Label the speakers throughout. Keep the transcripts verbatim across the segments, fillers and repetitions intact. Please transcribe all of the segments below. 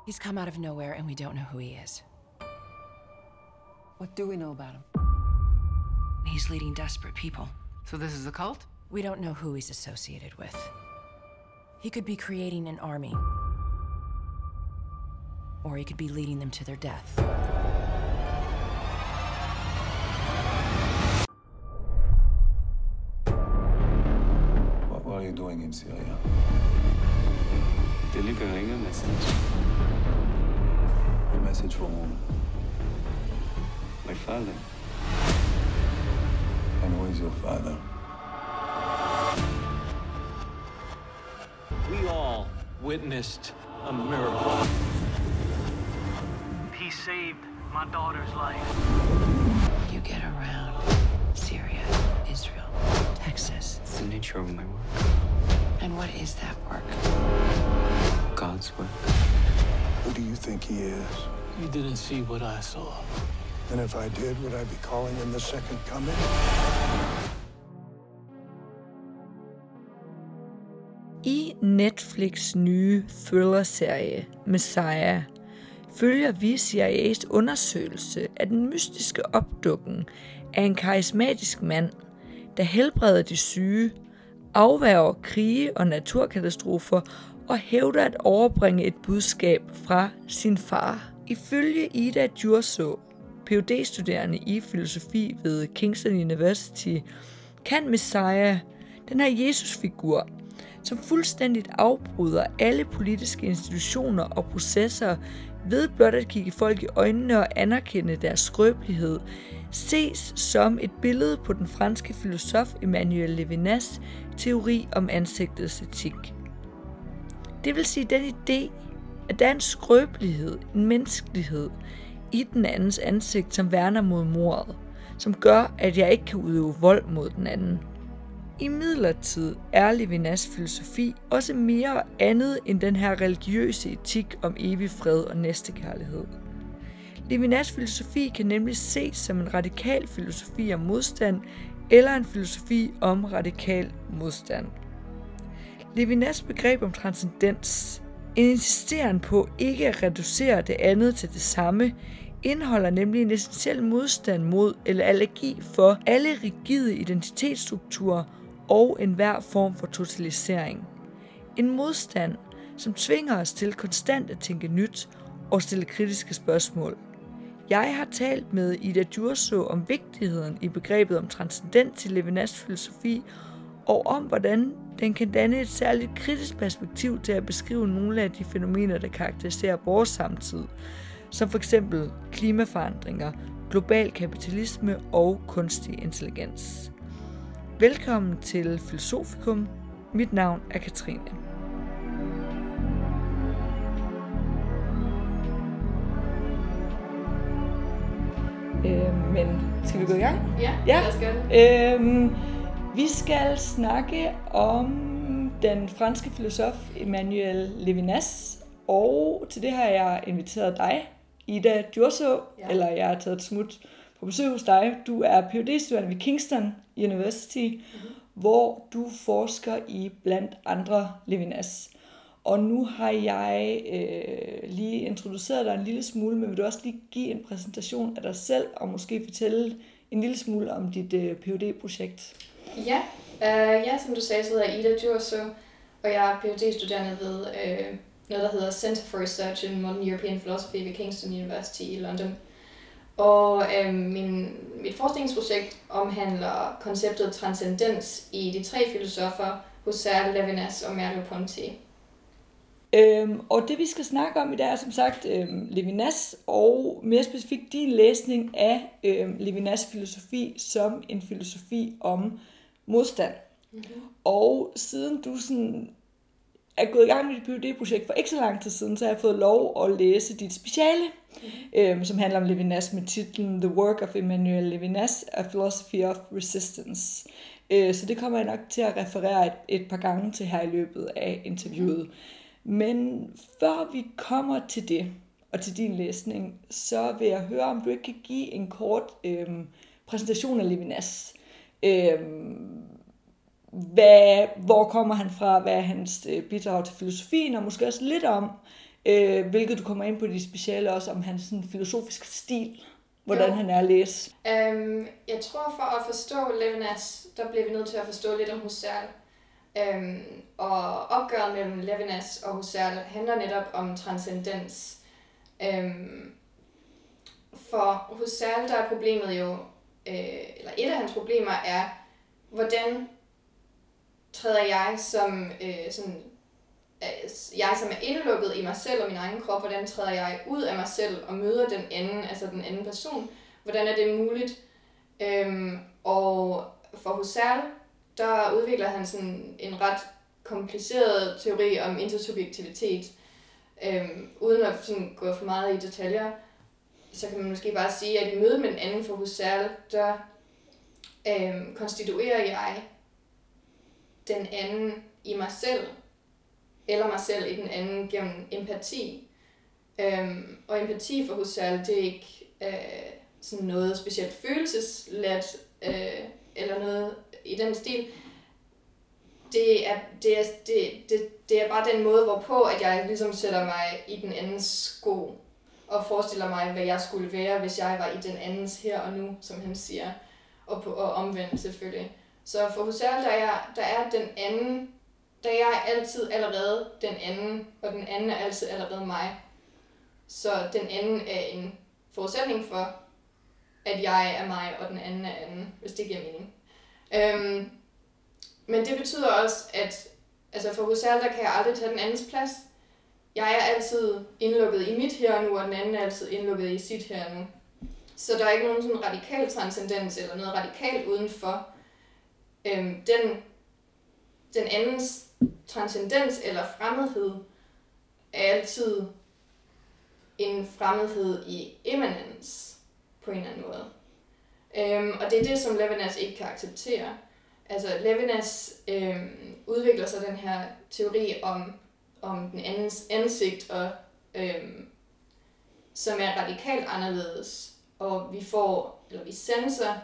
Speaker 1: He's come out of nowhere and we don't know who he is.
Speaker 2: What do we know about him?
Speaker 1: He's leading desperate people.
Speaker 2: So this is a cult?
Speaker 1: We don't know who he's associated with. He could be creating an army. Or he could be leading them to their death.
Speaker 3: What were you doing in Syria?
Speaker 4: Delivering a message.
Speaker 3: A message from whom?
Speaker 4: My father.
Speaker 3: And who is your father?
Speaker 5: We all witnessed a miracle.
Speaker 6: He saved my daughter's life.
Speaker 1: You get around Syria, Israel, Texas.
Speaker 4: It's the nature of my work.
Speaker 1: And what is that work?
Speaker 4: God's work.
Speaker 3: Who do you think he is?
Speaker 6: You didn't see what I saw.
Speaker 3: And if I did, would I be calling him the second coming?
Speaker 7: I Netflix' nye thriller-serie Messiah følger vi C I A's undersøgelse af den mystiske opdukken af en karismatisk mand, der helbreder de syge, afværger krige og naturkatastrofer og hævder at overbringe et budskab fra sin far. Ifølge Ida Djurso, P H D-studerende i filosofi ved Kingston University, kan Messiah, den her Jesus-figur, som fuldstændigt afbryder alle politiske institutioner og processer ved blot at kigge folk i øjnene og anerkende deres skrøbelighed, ses som et billede på den franske filosof Emmanuel Levinas' teori om ansigtets etik. Det vil sige den idé, at der er en skrøbelighed, en menneskelighed i den andens ansigt, som værner mod mordet, som gør, at jeg ikke kan udøve vold mod den anden. Imidlertid er Levinas' filosofi også mere andet end den her religiøse etik om evig fred og næstekærlighed. Levinas' filosofi kan nemlig ses som en radikal filosofi om modstand eller en filosofi om radikal modstand. Levinas' begreb om transcendens, en insisteren på ikke at reducere det andet til det samme, indeholder nemlig en essentiel modstand mod eller allergi for alle rigide identitetsstrukturer og enhver form for totalisering. En modstand, som tvinger os til konstant at tænke nyt og stille kritiske spørgsmål. Jeg har talt med Ida Djurso om vigtigheden i begrebet om transcendens i Levinas' filosofi, og om hvordan den kan danne et særligt kritisk perspektiv til at beskrive nogle af de fænomener, der karakteriserer vores samtid, som for eksempel klimaforandringer, global kapitalisme og kunstig intelligens. Velkommen til Filosofikum. Mit navn er Katrine. Øh, men skal vi gå i gang?
Speaker 8: Ja,
Speaker 7: ja.
Speaker 8: lad os gøre det.
Speaker 7: Øhm, vi skal snakke om den franske filosof Emmanuel Levinas, og til det har jeg inviteret dig, Ida Djurso, ja. eller jeg har taget et smut på besøg hos dig. Du er P H D-studerende ved Kingston University, mm-hmm. hvor du forsker i blandt andre Levinas. Og nu har jeg øh, lige introduceret dig en lille smule, men vil du også lige give en præsentation af dig selv, og måske fortælle en lille smule om dit øh, P H D-projekt?
Speaker 8: Ja, øh, ja, som du sagde, så hedder jeg Ida Djurso, og jeg er P H D-studerende ved øh, noget, der hedder Center for Research in Modern European Philosophy ved Kingston University i London. Og øh, min, mit forskningsprojekt omhandler konceptet transcendens i de tre filosofer, Husserl, Levinas og Merleau-Ponty.
Speaker 7: Øhm, og det vi skal snakke om i dag er som sagt øhm, Levinas, og mere specifikt din læsning af øhm, Levinas' filosofi som en filosofi om modstand. Mm-hmm. Og siden du sådan er gået i gang med dit P H D-projekt for ikke så lang tid siden, så har jeg fået lov at læse dit speciale, mm-hmm. øhm, som handler om Levinas med titlen The Work of Emmanuel Levinas, A Philosophy of Resistance. Øh, så det kommer jeg nok til at referere et, et par gange til her i løbet af interviewet. Mm-hmm. Men før vi kommer til det, og til din læsning, så vil jeg høre, om du ikke kan give en kort øhm, præsentation af Levinas. Øhm, hvad, hvor kommer han fra, hvad er hans øh, bidrag til filosofien, og måske også lidt om, øh, hvilket du kommer ind på de speciale også, om hans sådan, filosofisk stil, hvordan
Speaker 8: Jo.
Speaker 7: han er at læse.
Speaker 8: Um, jeg tror, for at forstå Levinas, der bliver vi nødt til at forstå lidt om Husserl. Um, og opgøret mellem Levinas og Husserl handler netop om transcendens. Um, for Husserl, der er problemet jo, øh, eller et af hans problemer er, hvordan træder jeg som, øh, sådan, øh, jeg som er indelukket i mig selv og min egen krop, hvordan træder jeg ud af mig selv og møder den anden, altså den anden person, hvordan er det muligt? Øhm, og for Husserl, der udvikler han sådan en ret kompliceret teori om intersubjektivitet, øhm, uden at sådan gå for meget i detaljer, så kan man måske bare sige, at i mødet med den anden for Husserl, der øhm, konstituerer jeg den anden i mig selv, eller mig selv i den anden gennem empati. Øhm, og empati for Husserl, det er ikke øh, sådan noget specielt følelsesladt, øh, eller noget i den stil. Det er, det, er, det, det, det er bare den måde, hvorpå at jeg ligesom sætter mig i den andens sko, og forestiller mig, hvad jeg skulle være, hvis jeg var i den andens her og nu, som han siger, og, på, og omvendt selvfølgelig. Så for Husserl, der er, der er den anden, der er jeg altid allerede den anden, og den anden er altid allerede mig. Så den anden er en forudsætning for, at jeg er mig, og den anden er anden, hvis det giver mening. Øhm, men det betyder også, at altså for Husserl, der kan jeg aldrig tage den andens plads. Jeg er altid indlukket i mit her og nu, og den anden er altid indlukket i sit her og nu. Så der er ikke nogen sådan radikal transcendens, eller noget radikalt udenfor. Øhm, den, den andens transcendens eller fremmedhed er altid en fremmedhed i immanens på en eller anden måde. Øhm, og det er det, som Levinas ikke kan acceptere. Altså Levinas øhm, udvikler sig den her teori om, om den andens ansigt, og, øhm, som er radikalt anderledes. Og vi får, eller vi senser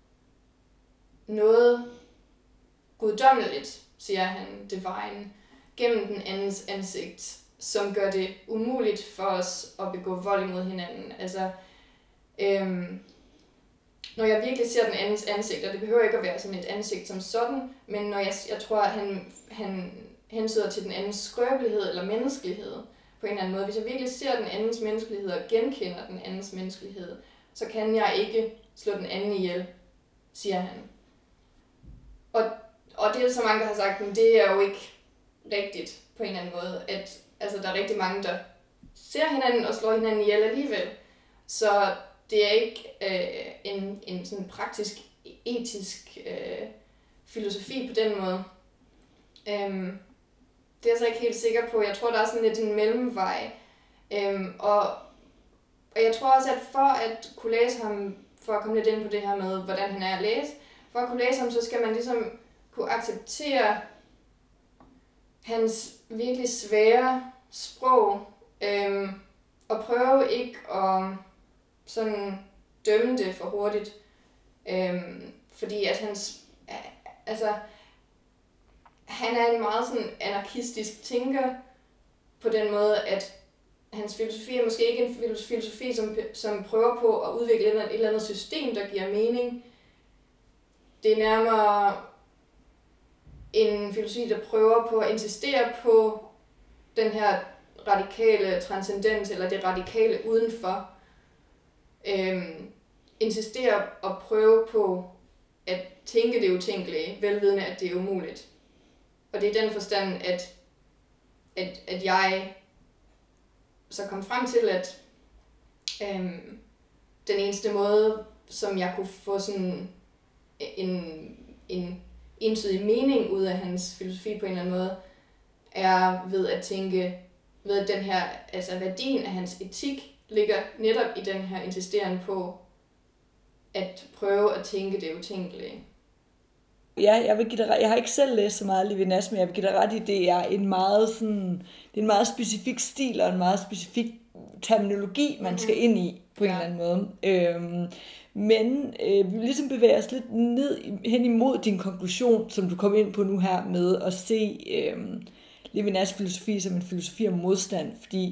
Speaker 8: noget guddommeligt, siger han, divine, gennem den andens ansigt, som gør det umuligt for os at begå vold imod hinanden. Altså, øhm, når jeg virkelig ser den andens ansigt, og det behøver ikke at være sådan et ansigt som sådan, men når jeg, jeg tror, at han, han hensyder til den andens skrøbelighed eller menneskelighed på en eller anden måde. Hvis jeg virkelig ser den andens menneskelighed og genkender den andens menneskelighed, så kan jeg ikke slå den anden ihjel, siger han. Og, og det er så mange, der har sagt, men det er jo ikke rigtigt på en eller anden måde, at altså, der er rigtig mange, der ser hinanden og slår hinanden ihjel alligevel. Så det er ikke øh, en, en sådan praktisk, etisk øh, filosofi på den måde. Øhm, det er jeg så ikke helt sikker på. Jeg tror, der er sådan lidt en mellemvej. Øhm, og, og jeg tror også, at for at kunne læse ham, for at komme lidt ind på det her med, hvordan han er at læse, for at kunne læse ham, så skal man ligesom kunne acceptere hans virkelig svære sprog, øhm, og prøve ikke at sådan dømme det for hurtigt. Øhm, fordi at hans, altså, han er en meget sådan anarkistisk tænker på den måde, at hans filosofi er måske ikke en filosofi, som, som prøver på at udvikle et eller andet system, der giver mening. Det er nærmere en filosofi, der prøver på at insistere på den her radikale transcendens, eller det radikale udenfor. Øhm, insistere og prøve på at tænke det utænkelige, velvidende, at det er umuligt. Og det er den forstand, at, at, at jeg så kom frem til, at øhm, den eneste måde, som jeg kunne få sådan en, en entydig mening ud af hans filosofi på en eller anden måde, er ved at tænke, ved at den her, altså værdien af hans etik ligger netop i den her insisteren på at prøve at tænke det utænkelige.
Speaker 7: Ja, jeg vil give dig ret. Jeg har ikke selv læst så meget Levinas, men jeg vil give dig ret i, det er en meget sådan, det er en meget specifik stil og en meget specifik terminologi, man skal ind i på en ja. eller anden måde. Øhm, men øh, vi vil ligesom bevæge os lidt ned hen imod din konklusion, som du kom ind på nu her med at se øh, Levinas filosofi som en filosofi om modstand, fordi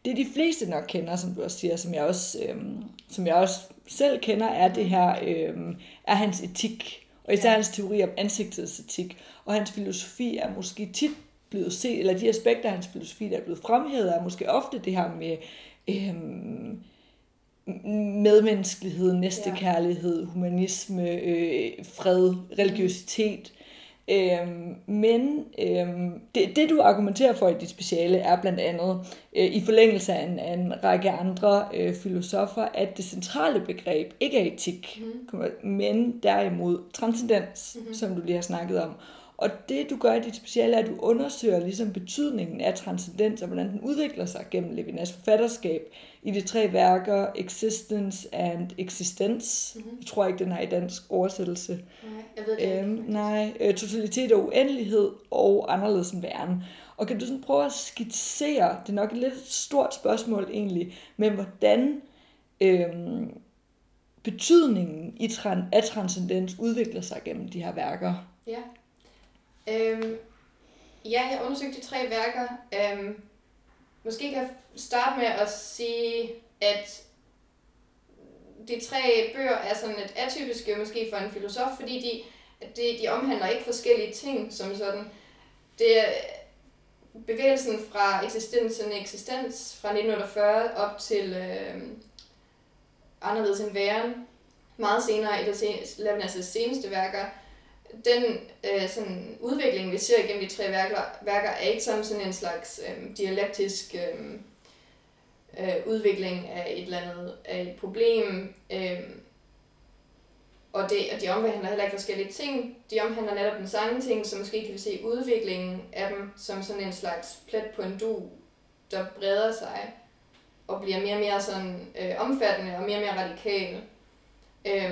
Speaker 7: det de fleste nok kender, som du også siger, som jeg også, øhm, som jeg også selv kender, er det her, øhm, er hans etik, og især ja. hans teori om ansigtets etik, og hans filosofi er måske tit blevet set, eller de aspekter af hans filosofi, der er blevet fremhævet, er måske ofte det her med øhm, medmenneskelighed, næstekærlighed, humanisme, øh, fred, religiøsitet. Øhm, men øhm, det, det du argumenterer for i dit speciale er blandt andet øh, i forlængelse af en, af en række andre øh, filosofer, at det centrale begreb ikke er etik, mm. men derimod transcendens, mm-hmm. som du lige har snakket om. Og det du gør i dit speciale er, at du undersøger ligesom betydningen af transcendens og hvordan den udvikler sig gennem Levinas forfatterskab i de tre værker Existence and Existence. Mm-hmm. Jeg tror ikke, den har i dansk oversættelse.
Speaker 8: Nej, jeg ved det
Speaker 7: øhm, ikke. Nej, øh, totalitet og uendelighed og anderledes end væren. Og kan du sådan prøve at skitsere, det er nok et lidt stort spørgsmål egentlig, men hvordan øhm, betydningen i tran- af transcendens udvikler sig gennem de her værker?
Speaker 8: Ja. Øhm, ja, jeg undersøgte de tre værker. Øhm, måske kan jeg starte med at sige, at de tre bøger er sådan lidt atypiske måske for en filosof, fordi de, de, de omhandler ikke forskellige ting som sådan. Det er bevægelsen fra eksistens and eksistens fra nitten otteogfyrre op til øh, anderledes end væren, meget senere i Levinas' seneste værker. Den øh, sådan, udvikling, vi ser gennem de tre værker, værker er ikke som sådan en slags øh, dialektisk øh, øh, udvikling af et eller andet af et problem. Øh, og, det, og de omhandler heller ikke forskellige ting. De omhandler netop den samme ting, så måske kan vi se udviklingen af dem som sådan en slags plet på en dug, der breder sig og bliver mere og mere sådan, øh, omfattende og mere og mere radikal. Øh,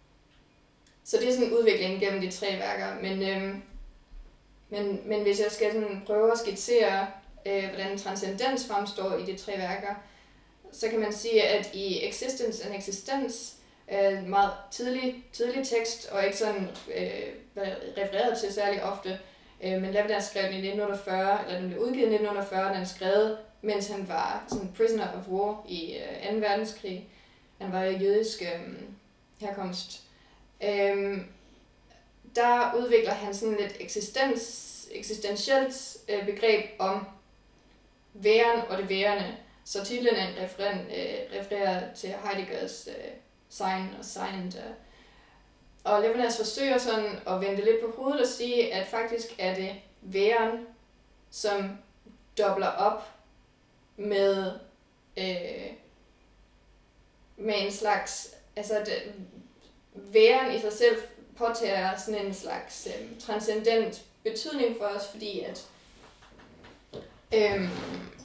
Speaker 8: Så det er sådan en udvikling gennem de tre værker, men, øhm, men, men hvis jeg skal sådan prøve at skitsere, øh, hvordan transcendens fremstår i de tre værker, så kan man sige, at i Existence and Existence er en meget tidlig, tidlig tekst, og ikke sådan øh, refereret til særlig ofte, øh, men Levinas skrev den i nitten otteogfyrre, eller den blev udgivet i nitten otteogfyrre, den er skrevet, mens han var sådan prisoner of war i øh, anden verdenskrig. Han var jødisk øh, herkomst. Øhm, der udvikler han sådan lidt eksistens, eksistentielt øh, begreb om væren og det værende. Så titlen refererer, øh, refererer til Heideggers øh, Sein og Seiend. Øh. Og Levinas forsøger sådan at vende lidt på hovedet og sige, at faktisk er det væren, som dobler op med, øh, med en slags, altså det, væren i sig selv påtager sådan en slags øh, transcendent betydning for os, fordi at øhm,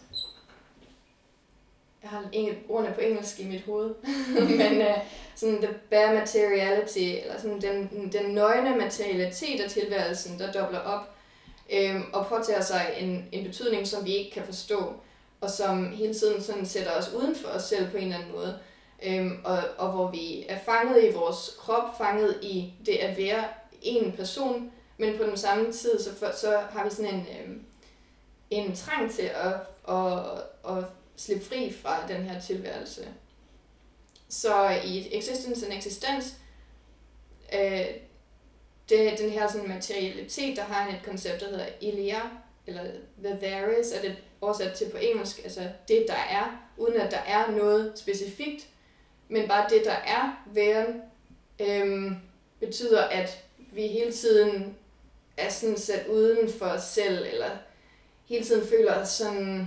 Speaker 8: jeg har ikke ordene på engelsk i mit hoved, men øh, sådan the bare materiality, eller sådan den, den nøgne materialitet af tilværelsen, der dobler op øhm, og påtager sig en, en betydning, som vi ikke kan forstå, og som hele tiden sådan sætter os uden for os selv på en eller anden måde. Øhm, og, og hvor vi er fanget i vores krop, fanget i det at være en person, men på den samme tid, så, for, så har vi sådan en, øhm, en trang til at, at, at slippe fri fra den her tilværelse. Så i Existence and Existence, øh, det, den her sådan materialitet, der har et koncept, der hedder ilia, eller the there is, er det oversat til på engelsk, altså det der er, uden at der er noget specifikt, men bare det, der er væren, øhm, betyder, at vi hele tiden er sådan sat uden for os selv, eller hele tiden føler os sådan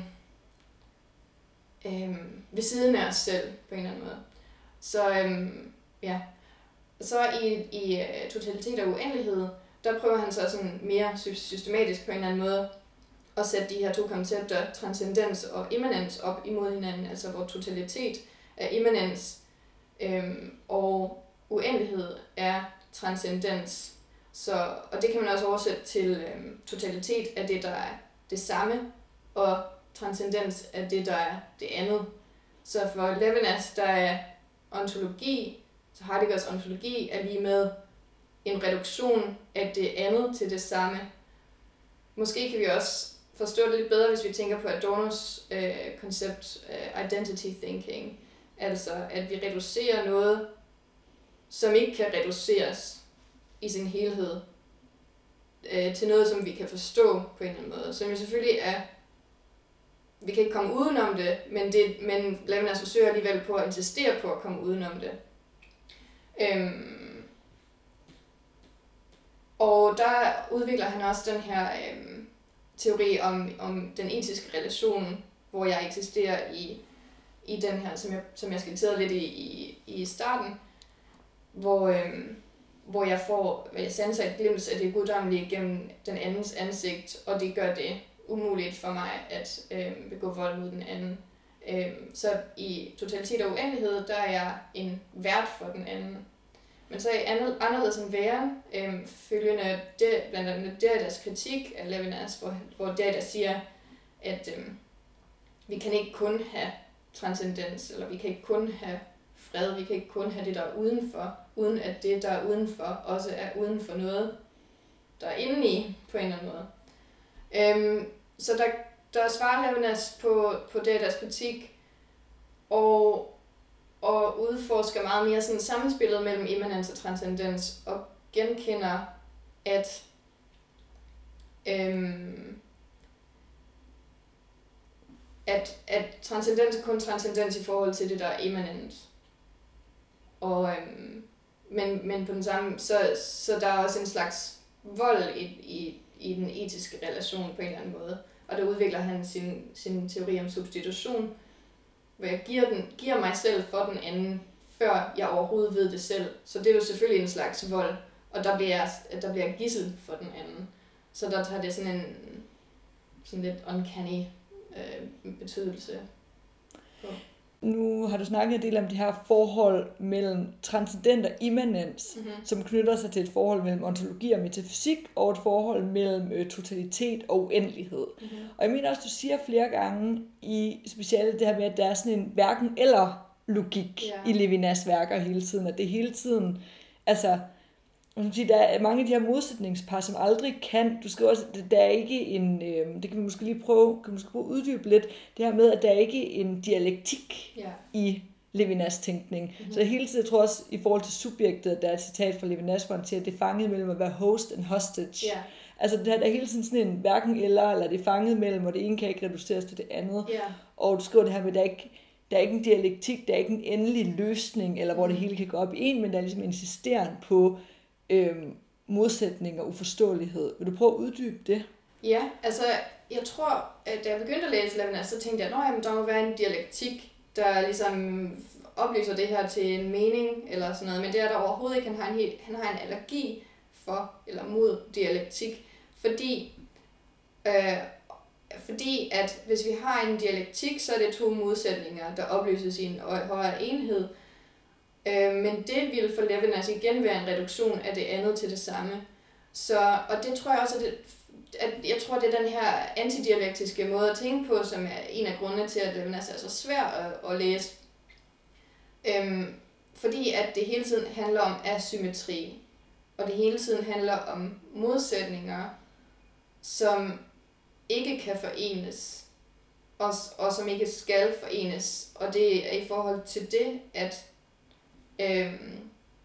Speaker 8: øhm, ved siden af os selv, på en eller anden måde. Så øhm, ja, så i, i totalitet og uendelighed, der prøver han så sådan mere systematisk på en eller anden måde at sætte de her to koncepter, transcendens og immanens, op imod hinanden, altså hvor totalitet er immanens, Øhm, og uendelighed er transcendens. Så, og det kan man også oversætte til øhm, totalitet af det, der er det samme, og transcendens af det, der er det andet. Så for Levinas, der er ontologi, så Heideggers ontologi er lige med en reduktion af det andet til det samme. Måske kan vi også forstå det lidt bedre, hvis vi tænker på Adornos øh, koncept, øh, identity thinking. Altså, at vi reducerer noget, som ikke kan reduceres i sin helhed, øh, til noget, som vi kan forstå på en eller anden måde. Som jo selvfølgelig er, vi kan ikke komme udenom det, men, det, men Levinas forsøger alligevel på at insistere på at komme udenom det. Øhm, og der udvikler han også den her øhm, teori om, om den etiske relation, hvor jeg eksisterer i, i den her, som jeg, som jeg skitserede lidt i, i, i starten, hvor, øhm, hvor jeg får, jeg sanser et glimt af det guddommelige gennem den andens ansigt, og det gør det umuligt for mig at øhm, begå vold mod den anden. Øhm, så i totalitet og uendelighed, der er jeg en vært for den anden. Men så i anderledes end væren, øhm, følgende det, blandt andet Derridas kritik af Levinas, hvor, hvor Derrida siger, at øhm, vi kan ikke kun have transcendens, eller vi kan ikke kun have fred, vi kan ikke kun have det, der er udenfor, uden at det, der er udenfor, også er uden for noget, der er indeni på en eller anden måde. Øhm, så der, der svarer Levinas på, på Derridas kritik, og og udforsker meget mere sådan sammenspillet mellem immanens og transcendens, og genkender, at øhm, at, at transcendens er kun transcendens i forhold til det, der er immanent. Og, øhm, men, men på den samme, så, så der er også en slags vold i, i, i den etiske relation på en eller anden måde. Og der udvikler han sin, sin teori om substitution, hvor jeg giver, den, giver mig selv for den anden, før jeg overhovedet ved det selv. Så det er jo selvfølgelig en slags vold, og der bliver jeg, der bliver jeg gidsel for den anden. Så der tager det sådan en sådan lidt uncanny øh, betydelse på.
Speaker 7: Nu har du snakket en del om det her forhold mellem transcendent og immanens, mm-hmm. som knytter sig til et forhold mellem ontologi og metafysik, og et forhold mellem øh, totalitet og uendelighed. Mm-hmm. Og jeg mener også, du siger flere gange i specielt det her med, at der er sådan en hverken eller logik yeah. i Levinas værker hele tiden, at det hele tiden, altså, der er mange af de her modsætningspar, som aldrig kan, du skriver også, at der er ikke en, øh, det kan vi måske lige prøve, kan vi måske prøve at uddybe lidt, det her med, at der er ikke en dialektik yeah. i Levinas tænkning. Mm-hmm. Så hele tiden, jeg tror også, i forhold til subjektet, der er et citat fra Levinas, hvor han siger, at det er fanget mellem at være host and hostage. Yeah. Altså, der er hele tiden sådan en hverken eller, eller det er fanget mellem, og det ene kan ikke reduceres til det andet. Yeah. Og du skriver det her med, at der er ikke, der er ikke en dialektik, der er ikke en endelig løsning, eller hvor det hele kan gå op i en, men der er ligesom insisteren på Øhm, modsætning og uforståelighed. Vil du prøve at uddybe det?
Speaker 8: Ja, altså jeg tror, at da jeg begyndte at læse Levinas, så tænkte jeg, at der må være en dialektik, der ligesom oplyser det her til en mening, eller sådan noget, men det er der overhovedet ikke. Han har en, helt, han har en allergi for, eller mod dialektik, fordi, øh, fordi at hvis vi har en dialektik, så er det to modsætninger, der oplyses i en højere enhed. Men det ville for Levinas igen være en reduktion af det andet til det samme. Så, og det tror jeg også, at, det, at jeg tror, det er den her antidialektiske måde at tænke på, som er en af grundene til, at Levinas er så svær at, at læse. Øhm, fordi at det hele tiden handler om asymmetri, og det hele tiden handler om modsætninger, som ikke kan forenes, og, og som ikke skal forenes. Og det er i forhold til det, at Øhm,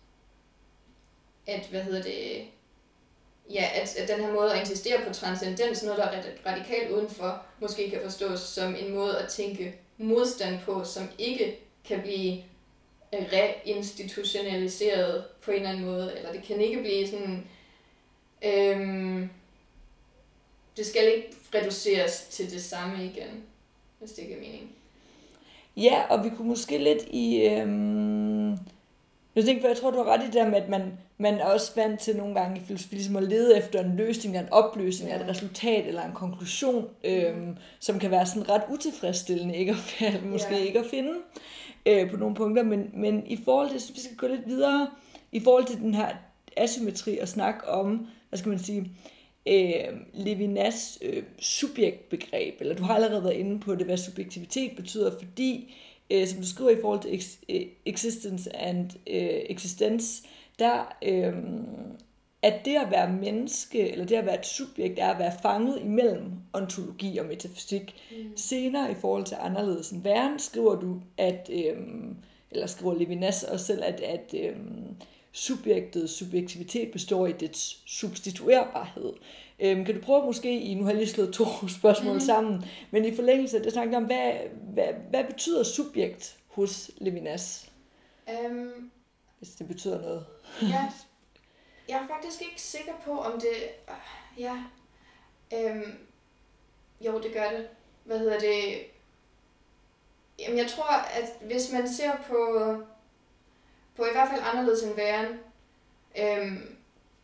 Speaker 8: at, hvad hedder det, ja, at, at den her måde at insistere på transcendens, noget der er radikalt udenfor, måske kan forstås som en måde at tænke modstand på, som ikke kan blive reinstitutionaliseret på en eller anden måde, eller det kan ikke blive sådan, øhm, det skal ikke reduceres til det samme igen, hvis det giver mening.
Speaker 7: Ja, og vi kunne måske lidt i øhm Jeg tænker, jeg tror, du har ret i det der med, at man, man er også vant til nogle gange i filosofi ligesom at lede efter en løsning, en opløsning, ja. et resultat eller en konklusion, øhm, mm. som kan være sådan ret utilfredsstillende, ikke at, måske ja. ikke at finde øh, på nogle punkter. Men, men i forhold til, så vi skal gå lidt videre, i forhold til den her asymmetri og snakke om, hvad skal man sige, øh, Levinas øh, subjektbegreb, eller du har allerede været inde på det, hvad subjektivitet betyder, fordi som du skriver i forhold til existence and uh, existence, der, øhm, at det at være menneske, eller det at være et subjekt, er at være fanget imellem ontologi og metafysik. Mm. Senere i forhold til anderledes end væren, skriver du, at, øhm, eller skriver Levinas også selv, at, at øhm, subjektets subjektivitet består i dets substituerbarhed. Øhm, kan du prøve måske, i, nu har jeg lige slået to spørgsmål mm. sammen, men i forlængelse af det snakker om, hvad, hvad, hvad betyder subjekt hos Levinas?
Speaker 8: Um,
Speaker 7: Hvis det betyder noget.
Speaker 8: ja, jeg er faktisk ikke sikker på, om det... Uh, ja. Um, jo, det gør det. Hvad hedder det? Jamen, jeg tror, at hvis man ser på... på i hvert fald anderledes end væren, um,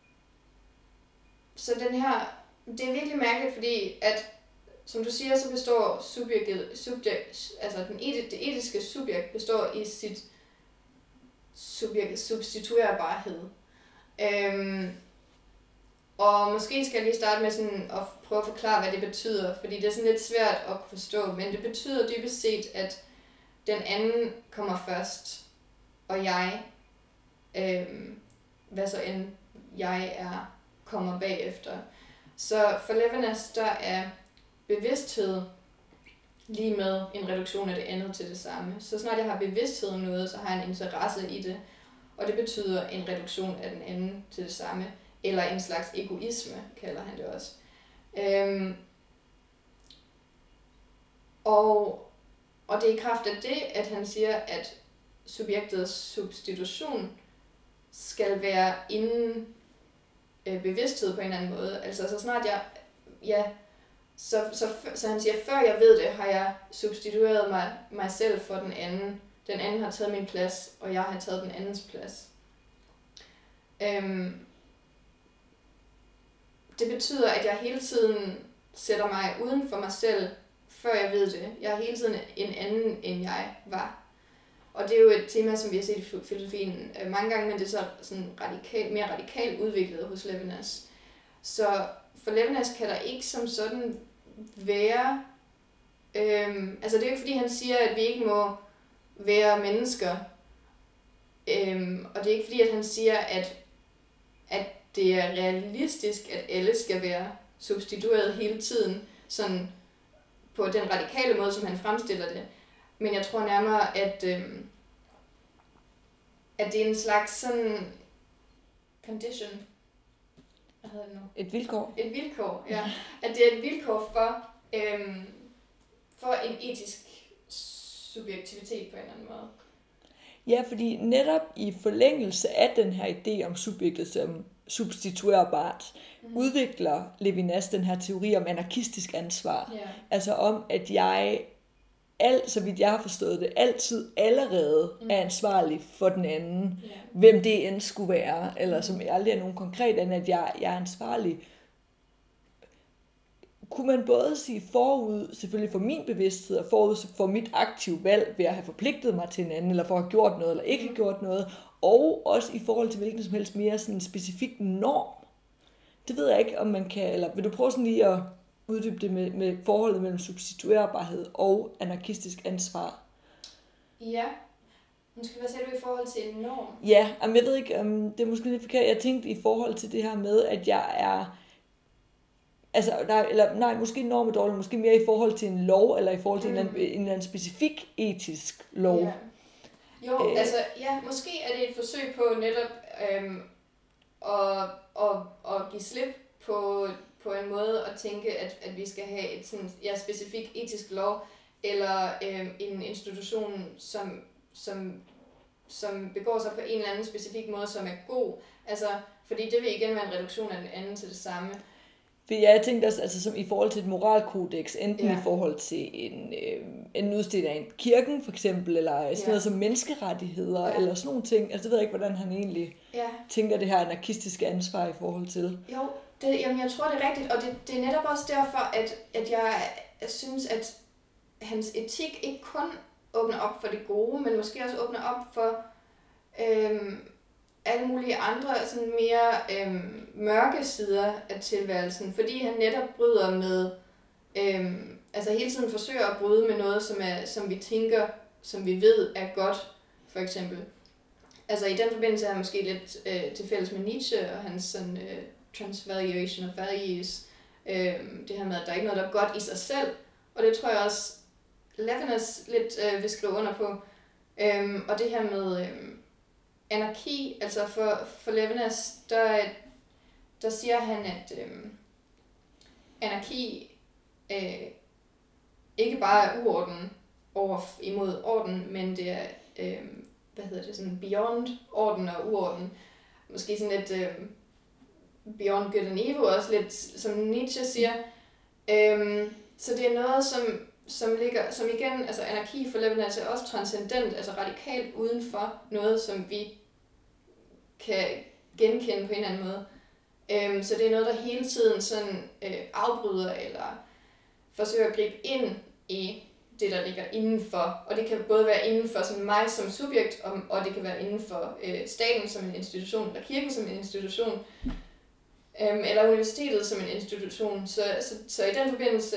Speaker 8: så den her... Det er virkelig mærkeligt, fordi at, som du siger, så består subjektet... Subjekt, altså den eti, det etiske subjekt består i sit subjekt, substituerbarhed. Øhm, og måske skal jeg lige starte med sådan at prøve at forklare, hvad det betyder, fordi det er sådan lidt svært at forstå, men det betyder dybest set, at den anden kommer først, og jeg, øhm, hvad så end jeg er, kommer bagefter. Så for Levinas, der er bevidsthed lige med en reduktion af det andet til det samme. Så snart jeg har bevidsthed om noget, så har jeg en interesse i det. Og det betyder en reduktion af den anden til det samme. Eller en slags egoisme, kalder han det også. Øhm, og, og det er i kraft af det, at han siger, at subjektets substitution skal være inden øh, bevidsthed på en eller anden måde. Altså så snart jeg... ja, Så, så, så han siger, før jeg ved det, har jeg substitueret mig, mig selv for den anden. Den anden har taget min plads, og jeg har taget den andens plads. Øhm, det betyder, at jeg hele tiden sætter mig uden for mig selv, før jeg ved det. Jeg er hele tiden en anden, end jeg var. Og det er jo et tema, som vi har set i filosofien mange gange, men det er så sådan radikal, mere radikalt udviklet hos Levinas. Så for Levinas kan der ikke som sådan være... Øhm, altså det er jo ikke fordi han siger, at vi ikke må være mennesker. Øhm, og det er ikke fordi, at han siger, at, at det er realistisk, at alle skal være substitueret hele tiden, sådan på den radikale måde, som han fremstiller det. Men jeg tror nærmere, at, øhm, at det er en slags sådan condition. Hvad hedder det nu?
Speaker 7: Et vilkår.
Speaker 8: Et vilkår, ja. At det er et vilkår for, øhm, for en etisk subjektivitet på en eller anden måde.
Speaker 7: Ja, fordi netop i forlængelse af den her idé om subjektet som substituerbart, mm. udvikler Levinas den her teori om anarkistisk ansvar.
Speaker 8: Yeah.
Speaker 7: Altså om, at jeg, alt, så vidt jeg har forstået det, altid allerede mm. er ansvarlig for den anden, yeah. hvem det end skulle være, eller som aldrig er nogen konkret end, at jeg, jeg er ansvarlig. Kunne man både sige forud, selvfølgelig for min bevidsthed, og forud for mit aktive valg, ved at have forpligtet mig til en anden, eller for at have gjort noget, eller ikke have gjort noget, og også i forhold til hvilken som helst mere sådan en specifik norm. Det ved jeg ikke, om man kan, eller vil du prøve sådan lige at uddybe det med, med forholdet mellem substituerbarhed og anarkistisk ansvar?
Speaker 8: Ja. Måske, hvad siger du i forhold til en norm?
Speaker 7: Ja, jeg ved ikke, om det er måske lidt forkert. Jeg tænkte i forhold til det her med, at jeg er... Altså, nej, eller, nej, måske norm er dårligt, måske mere i forhold til en lov, eller i forhold til mm. en, en, en, en specifik etisk lov.
Speaker 8: Ja. Jo, Æh, altså, ja, måske er det et forsøg på netop øhm, at, at, at give slip på, på en måde at tænke, at, at vi skal have et sådan, ja, specifik etisk lov, eller øhm, en institution, som, som, som begår sig på en eller anden specifik måde, som er god. Altså, fordi det vil igen være en reduktion af den anden til det samme.
Speaker 7: Ja, jeg tænkte også, altså som i forhold til et moralkodex, enten ja. i forhold til en, øh, en udstilling af en kirken for eksempel, eller sådan ja. noget som menneskerettigheder, ja. eller sådan nogle ting. Altså det ved jeg ikke, hvordan han egentlig ja. tænker det her anarkistiske ansvar i forhold til.
Speaker 8: Jo, det, jamen jeg tror det er rigtigt, og det, det er netop også derfor, at, at jeg, jeg synes, at hans etik ikke kun åbner op for det gode, men måske også åbner op for... Øhm, alle mulige andre sådan mere øhm, mørke sider af tilværelsen, fordi han netop bryder med, øhm, altså hele tiden forsøger at bryde med noget, som, er, som vi tænker, som vi ved er godt, for eksempel. altså i den forbindelse er han måske lidt øh, til fælles med Nietzsche og hans sådan, øh, transvaluation of values. Øh, det her med, at der er ikke noget, der er godt i sig selv. Og det tror jeg også, Levinas lidt øh, vil skrive under på. Øh, og det her med øh, anarki, altså for, for Levinas, der, der siger han, at øh, anarki øh, ikke bare er uorden over imod orden, men det er, øh, hvad hedder det, sådan beyond orden og uorden. Måske sådan lidt øh, beyond good and evil, også lidt som Nietzsche siger. Øh, så det er noget, som, som ligger, som igen, altså anarki for Levinas er også transcendent, altså radikalt uden for noget, som vi kan genkende på en eller anden måde. Øh, så det er noget, der hele tiden sådan øh, afbryder eller forsøger at gribe ind i det, der ligger indenfor. Og det kan både være inden for sådan mig som subjekt, og, og det kan være inden for øh, staten som en institution, eller kirken som en institution, øhm, eller universitetet som en institution. Så, så, så i den forbindelse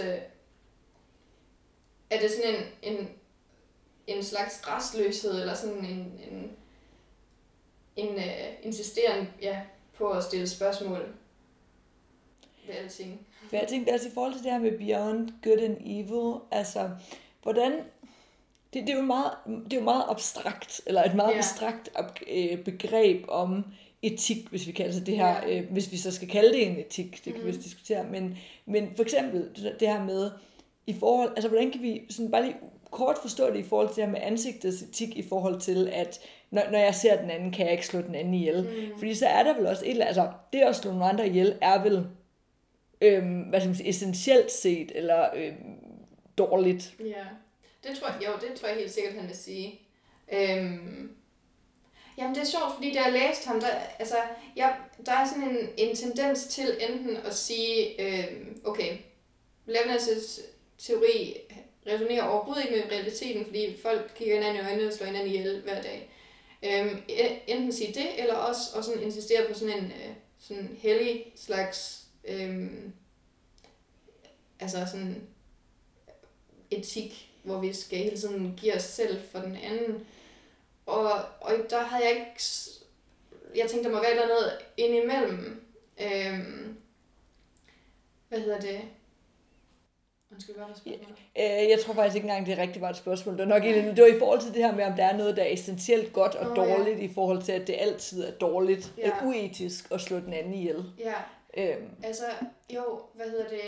Speaker 8: er det sådan en, en, en slags restløshed, eller sådan en, en, en uh, insisteren ja, på at stille spørgsmål ved alting.
Speaker 7: For jeg tænkte altså i forhold til det her med beyond good and evil, altså hvordan, det, det, er jo meget, det er jo meget abstrakt, eller et meget
Speaker 8: yeah. abstrakt
Speaker 7: øh, begreb om etik, hvis vi kalder det her, yeah. øh, hvis vi så skal kalde det en etik, det kan mm-hmm. vi også diskutere, men, men for eksempel det her med, i forhold, altså hvordan kan vi sådan bare lige kort forstå det i forhold til det her med ansigtets etik, i forhold til, at når, når jeg ser den anden, kan jeg ikke slå den anden ihjel. Mm. Fordi så er der vel også et eller altså det at slå nogle andre ihjel, er vel øhm, hvad skal man sige, essentielt set, eller øhm, dårligt.
Speaker 8: Ja, det tror jeg, jo, det tror jeg helt sikkert, han vil sige. Øhm, jamen det er sjovt, fordi da jeg læste ham, der, altså, jeg, der er sådan en, en tendens til enten at sige, øhm, okay, Levinas' teori resonerer overhovedet ikke med realiteten, fordi folk kigger hinanden i øjnene og slår hinanden ihjel hver dag. Øhm, enten sige det, eller også og sådan insistere på sådan en øh, sådan hellig slags øhm, altså sådan etik, hvor vi skal hele tiden give os selv for den anden. Og, og der havde jeg ikke... Jeg tænkte, der må være noget indimellem. Øhm, hvad hedder det? Undskyld, hvad var der spørgsmål?
Speaker 7: Ja, øh, jeg tror faktisk ikke engang, det er rigtig var et spørgsmål. Det var nok det var i forhold til det her med, om der er noget, der er essentielt godt og oh, dårligt, ja. I forhold til, at det altid er dårligt, ja. er uetisk at slå den anden ihjel.
Speaker 8: Ja,
Speaker 7: øhm.
Speaker 8: altså, jo, hvad hedder det...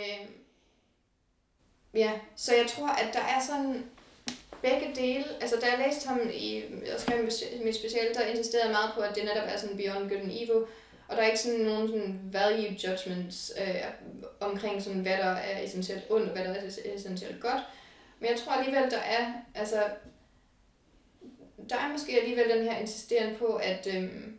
Speaker 8: Ja, så jeg tror, at der er sådan begge dele. Altså, da jeg læste ham i, jeg skrev mit speciale, der insisterede meget på, at det netop er sådan beyond good and evil. Og der er ikke sådan nogen sådan value judgments øh, omkring sådan, hvad der er essentielt ondt, og hvad der er essentielt godt. Men jeg tror alligevel, der er, altså, der er måske alligevel den her insisteren på, at øhm,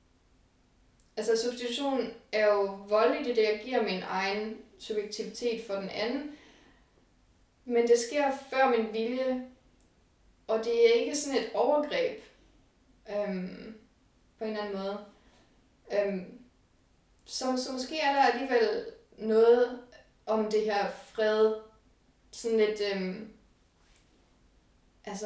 Speaker 8: altså, substitution er jo voldeligt i det, jeg giver min egen subjektivitet for den anden. Men det sker før min vilje, og det er ikke sådan et overgreb øhm, på en eller anden måde. Øhm, så, så måske er der alligevel noget om det her fred, sådan lidt, øhm, altså,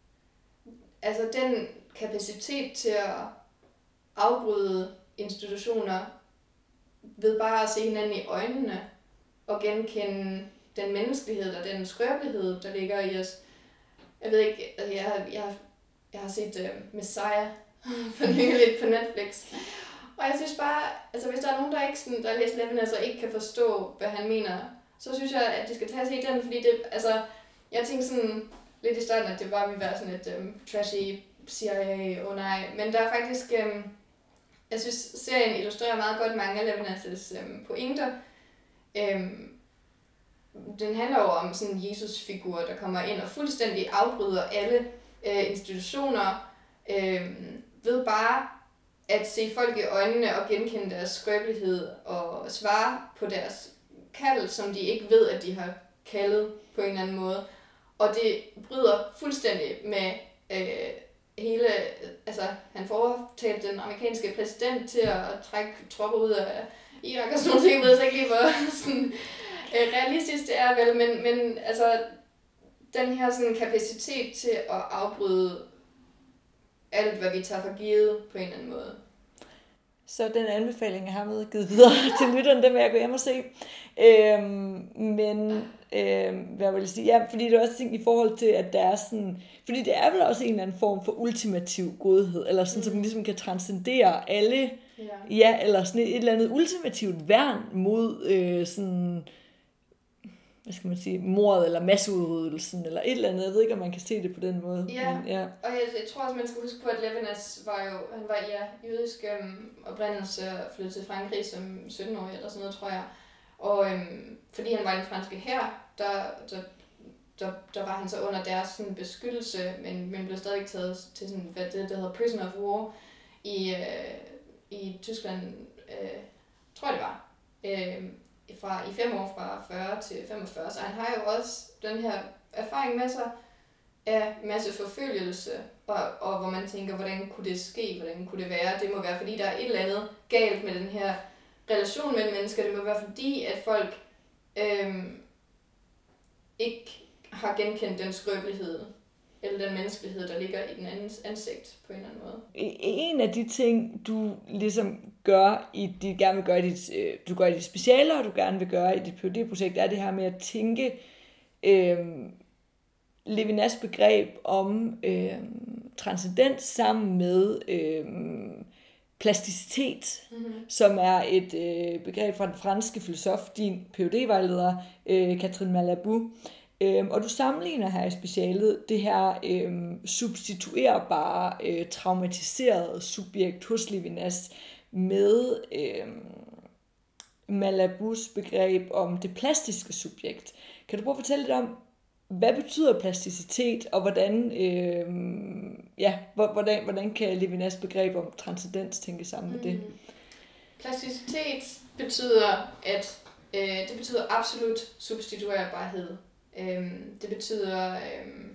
Speaker 8: altså den kapacitet til at afbryde institutioner ved bare at se hinanden i øjnene og genkende den menneskelighed og den skrøbelighed, der ligger i os. Jeg ved ikke, altså jeg har, jeg har, jeg har set uh, Messiah for nyligt på Netflix. Og jeg synes bare, altså hvis der er nogen, der ikke sådan, der læser Levinas og ikke kan forstå, hvad han mener, så synes jeg, at de skal tage sig i den, fordi det, altså, jeg tænkte sådan lidt i starten, at det bare ville være sådan et um, trashy C I A, åh oh, nej, men der er faktisk, um, jeg synes, serien illustrerer meget godt mange af Levinas' um, pointer. Um, den handler jo om sådan en Jesus-figur, der kommer ind og fuldstændig afbryder alle øh, institutioner, øh, ved bare at se folk i øjnene og genkende deres skrøbelighed og svare på deres kald, som de ikke ved, at de har kaldet på en eller anden måde. Og det bryder fuldstændig med øh, hele, altså han får overtalt den amerikanske præsident til at trække tropper ud af Irak og sådan noget, jeg ved så ikke lige, hvor sådan realistisk det er vel, men, men altså den her sådan kapacitet til at afbryde alt, hvad vi tager for givet på en eller anden måde.
Speaker 7: Så den anbefaling, jeg har med givet videre til lytteren, den vil jeg gå hjem og se. Øhm, men øhm, hvad vil jeg sige? Ja, fordi det er også ting i forhold til, at der er sådan... Fordi det er vel også en eller anden form for ultimativ godhed, eller sådan, mm. som ligesom kan transcendere alle...
Speaker 8: Ja,
Speaker 7: ja eller sådan et, et eller andet ultimativt værn mod øh, sådan... hvad skal man sige, mordet eller masseudryddelsen, eller et eller andet. Jeg ved ikke, om man kan se det på den måde.
Speaker 8: Ja,
Speaker 7: men, ja.
Speaker 8: og jeg, jeg tror også, man skal huske på, at Levinas var jo, han var ja, jødisk øhm, oprindelse og flyttede til Frankrig som sytten-årig eller sådan noget, tror jeg. Og øhm, fordi han var i den franske hær, der, der, der, der var han så under deres sådan, beskyttelse, men, men blev stadig taget til sådan, hvad det, der hedder prisoner of war i, øh, i Tyskland, øh, tror jeg det var. Øh, Fra, i fem år fra fyrre til femogfyrre, så han har jo også den her erfaring med sig af masse forfølgelse, og, og hvor man tænker, hvordan kunne det ske, hvordan kunne det være? Det må være, fordi der er et eller andet galt med den her relation mellem mennesker. Det må være, fordi at folk øhm, ikke har genkendt den skrøbelighed, eller den menneskelighed, der ligger i den andens ansigt på en eller anden måde.
Speaker 7: En af de ting, du ligesom gør, i dit, gerne vil gøre i dit, du gør i dit specialer, og du gerne vil gøre i dit PhD-projekt, er det her med at tænke øh, Levinas begreb om øh, transcendens sammen med øh, plasticitet, mm-hmm. som er et øh, begreb fra den franske filosof, din PhD-vejleder, øh, Catherine Malabou. Øhm, og du sammenligner her i specialet det her øhm, substituerbare, øh, traumatiserede subjekt hos Levinas med øhm, Malabous begreb om det plastiske subjekt. Kan du prøve at fortælle lidt om, hvad betyder plasticitet, og hvordan, øhm, ja, hvordan, hvordan kan Levinas begreb om transcendens tænke sammen med det?
Speaker 8: Mm. Plasticitet betyder, at øh, det betyder absolut substituerbarhed. Øhm, det betyder øhm,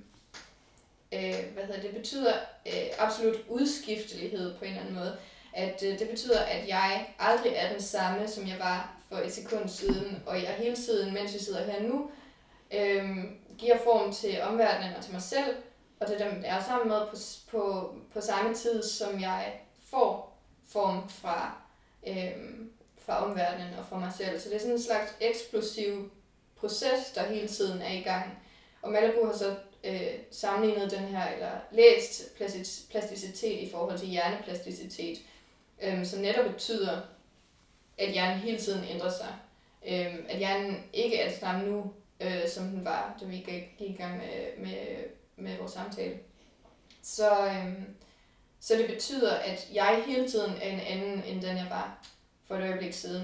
Speaker 8: øh, hvad hedder det? Det betyder øh, absolut udskiftelighed på en eller anden måde. At øh, det betyder, at jeg aldrig er den samme, som jeg var for et sekund siden, og jeg hele tiden, mens vi sidder her nu, øhm, giver form til omverdenen og til mig selv, og til dem, jeg er sammen med på, på, på samme tid, som jeg får form fra, øhm, fra omverdenen og fra mig selv. Så det er sådan en slags eksplosiv proces, der hele tiden er i gang. Og Malabou har så øh, sammenlignet den her, eller læst plasticitet i forhold til hjerneplasticitet, øh, som netop betyder, at hjernen hele tiden ændrer sig. Øh, at hjernen ikke er det samme nu, øh, som den var, da vi gik i gang med, med, med vores samtale. Så, øh, så det betyder, at jeg hele tiden er en anden, end den jeg var for et øjeblik siden.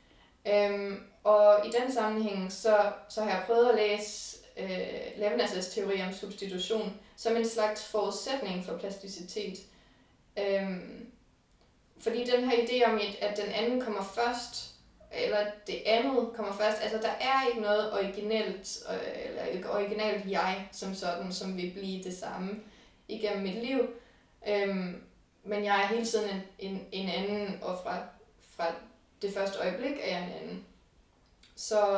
Speaker 8: Øh, Og i den sammenhæng, så, så har jeg prøvet at læse øh, Levinas' teori om substitution som en slags forudsætning for plasticitet. Øhm, fordi den her idé om, at den anden kommer først, eller det andet kommer først, altså der er ikke noget originalt, eller originalt jeg som sådan, som vil blive det samme igennem mit liv. Øhm, men jeg er hele tiden en, en, en anden, og fra, fra det første øjeblik er jeg en anden. Så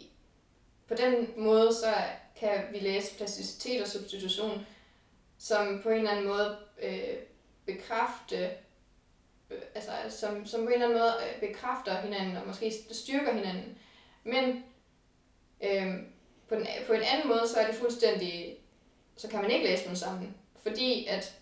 Speaker 8: på den måde, så kan vi læse plasticitet og substitution, som på en eller anden måde øh, bekræfte, øh, altså som, som på en eller anden måde bekræfter hinanden, og måske styrker hinanden. Men øh, på, den, på en anden måde, så er det fuldstændig, så kan man ikke læse dem sammen. Fordi at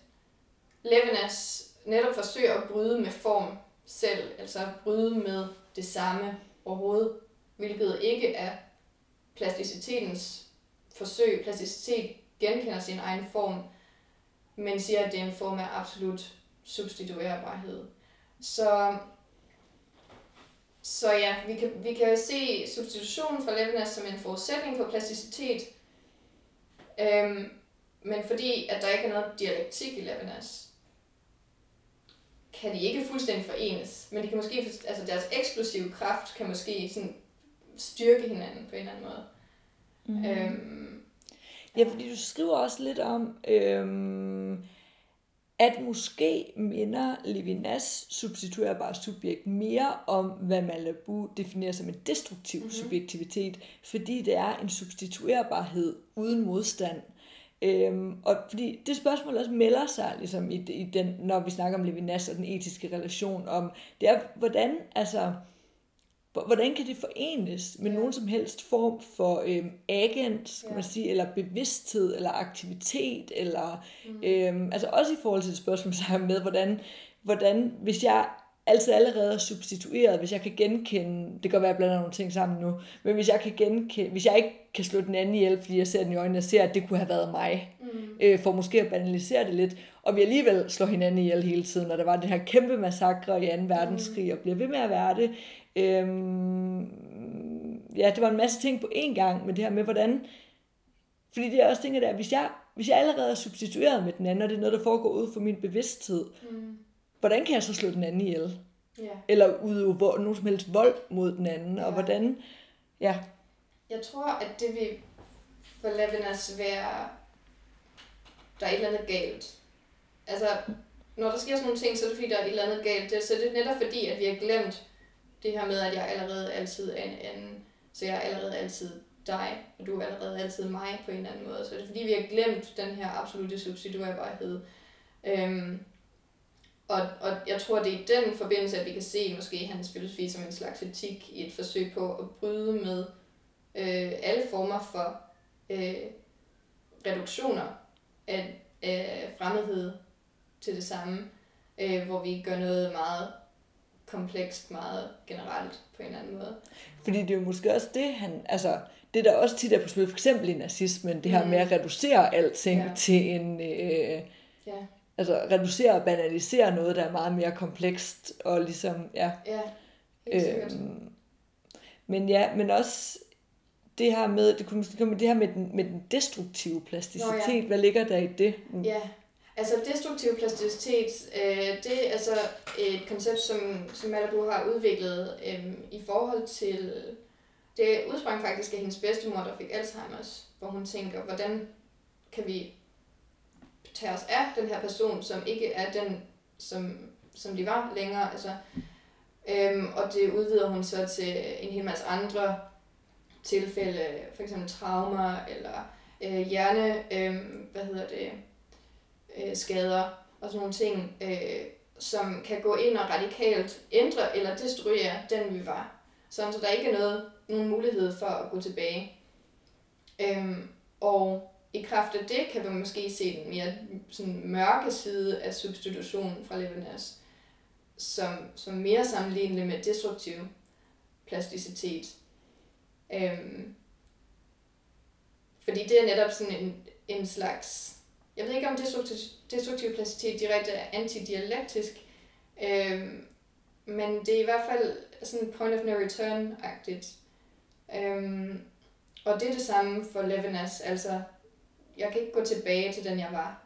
Speaker 8: Levinas netop forsøger at bryde med form selv, altså at bryde med det samme overhovedet, hvilket ikke er plasticitetens forsøg. Plasticitet genkender sin egen form, men siger, at det er en form af absolut substituerbarhed. Så, så ja, vi kan, vi kan se substitutionen fra Levinas som en forudsætning for plasticitet, øhm, men fordi at der ikke er noget dialektik i Levinas, kan de ikke fuldstændig forenes, men de kan måske, altså deres eksplosive kraft kan måske sådan styrke hinanden på en eller anden måde.
Speaker 7: Mm.
Speaker 8: Øhm,
Speaker 7: ja, fordi du skriver også lidt om, øhm, at måske minder Levinas substituerbare subjekt mere om, hvad Malabou definerer som en destruktiv mm-hmm. subjektivitet, fordi det er en substituerbarhed uden modstand. Øhm, og fordi det spørgsmål også melder sig, ligesom i, i den, når vi snakker om Levinas og den etiske relation, om det er, hvordan, altså, hvordan kan det forenes med nogen som helst form for øhm, agent, kan man sige, eller bevidsthed, eller aktivitet, eller mm. øhm, altså også i forhold til det spørgsmål, så med, hvordan, hvordan, hvis jeg altid allerede er substitueret, hvis jeg kan genkende, det kan godt være, at jeg blander nogle ting sammen nu, men hvis jeg kan genkende, hvis jeg ikke kan slå den anden ihjel, fordi jeg ser den i øjnene, og ser, at det kunne have været mig, mm. øh, for måske at banalisere det lidt, og vi alligevel slår hinanden ihjel hele tiden, og der var den her kæmpe massakre i anden verdenskrig, og bliver ved med at være det. Øhm, ja, det var en masse ting på én gang, men det her med, hvordan, fordi det er også ting, der, hvis jeg, hvis jeg allerede er substitueret med den anden, og det er noget, der foregår ud for min bevidsthed, mm. hvordan kan jeg så slå den anden ihjel? Yeah. Eller udøve vold, nogen som helst vold mod den anden, yeah. og hvordan, ja.
Speaker 8: Jeg tror, at det vil for Levinas være, der er et eller andet galt. Altså, når der sker sådan nogle ting, så er det fordi, der er et eller andet galt. Det, så det er netop fordi, at vi har glemt det her med, at jeg allerede altid er en anden, så jeg er allerede altid dig, og du er allerede altid mig på en eller anden måde. Så det er fordi, vi har glemt den her absolute substituerbarhed. Øhm, Og, og jeg tror, det er i den forbindelse, at vi kan se måske hans filosofi som en slags etik i et forsøg på at bryde med øh, alle former for øh, reduktioner af, af fremmedhed til det samme, øh, hvor vi gør noget meget komplekst, meget generelt på en eller anden måde.
Speaker 7: Fordi det er jo måske også det, han, altså, det der også tit er på spil, for eksempel i nazismen, det her mm. med at reducere alting ja. til en... Øh, ja. Altså reducere og banalisere noget, der er meget mere komplekst, og ligesom, ja.
Speaker 8: Ja, helt sikkert.
Speaker 7: Øhm, men ja, men også det her med, det kunne måske komme det her med den, med den destruktive plasticitet, Nå, ja. Hvad ligger der i det?
Speaker 8: Ja, altså destruktiv plasticitet, øh, det er altså et koncept, som, som Malabou har udviklet øh, i forhold til, det udsprang faktisk af hendes bedstemor, der fik Alzheimer's, hvor hun tænker, hvordan kan vi tage os af den her person, som ikke er den, som, som de var længere. Altså, øhm, og det udvider hun så til en hel masse andre tilfælde, for eksempel traumer, eller øh, hjerne, øh, hvad hedder det, øh, skader, og sådan nogle ting, øh, som kan gå ind og radikalt ændre eller destruere den, vi var. Sådan, så der ikke er noget, nogen mulighed for at gå tilbage. Øhm, og i kraft af det kan vi måske se den mere sådan mørke side af substitutionen fra Levinas, som, som mere sammenlignelig med destruktiv plasticitet. Øhm, fordi det er netop sådan en, en slags, jeg ved ikke om destruktiv, destruktiv plasticitet direkte er antidialektisk, øhm, men det er i hvert fald sådan point of no return-agtigt. Øhm, og det er det samme for Levinas, altså jeg kan ikke gå tilbage til den, jeg var.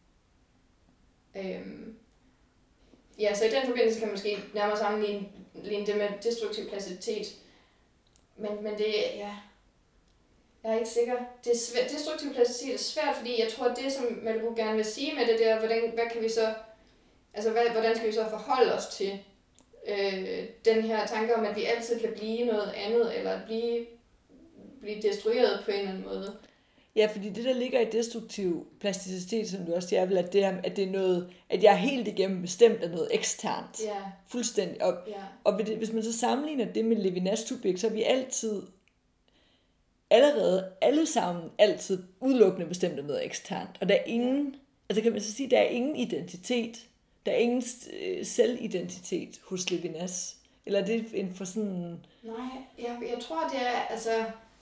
Speaker 8: Øhm. Ja, så i den forbindelse kan man måske nærmere sammenligne det med destruktiv plasticitet. Men, men det, ja, jeg er ikke sikker. Det er svært. Destruktiv plasticitet er svært, fordi jeg tror, at det, som Malabou gerne vil sige med det, det er, hvordan, hvad kan vi så, altså hvad, hvordan skal vi så forholde os til øh, den her tanke om, at vi altid kan blive noget andet, eller blive, blive destrueret på en eller anden måde.
Speaker 7: Ja, fordi det, der ligger i destruktiv plasticitet, som du også siger, er vel, at det, er, at det er noget, at jeg er helt igennem bestemt af noget eksternt.
Speaker 8: Ja. Fuldstændig.
Speaker 7: Og,
Speaker 8: ja.
Speaker 7: og hvis man så sammenligner det med Levinas subjekt, så er vi altid, allerede, alle sammen, altid udelukkende bestemt af noget eksternt. Og der er ingen, ja. altså kan man så sige, der er ingen identitet, der er ingen øh, selvidentitet hos Levinas. Eller er det en for sådan...
Speaker 8: Nej, jeg, jeg tror, det er, altså...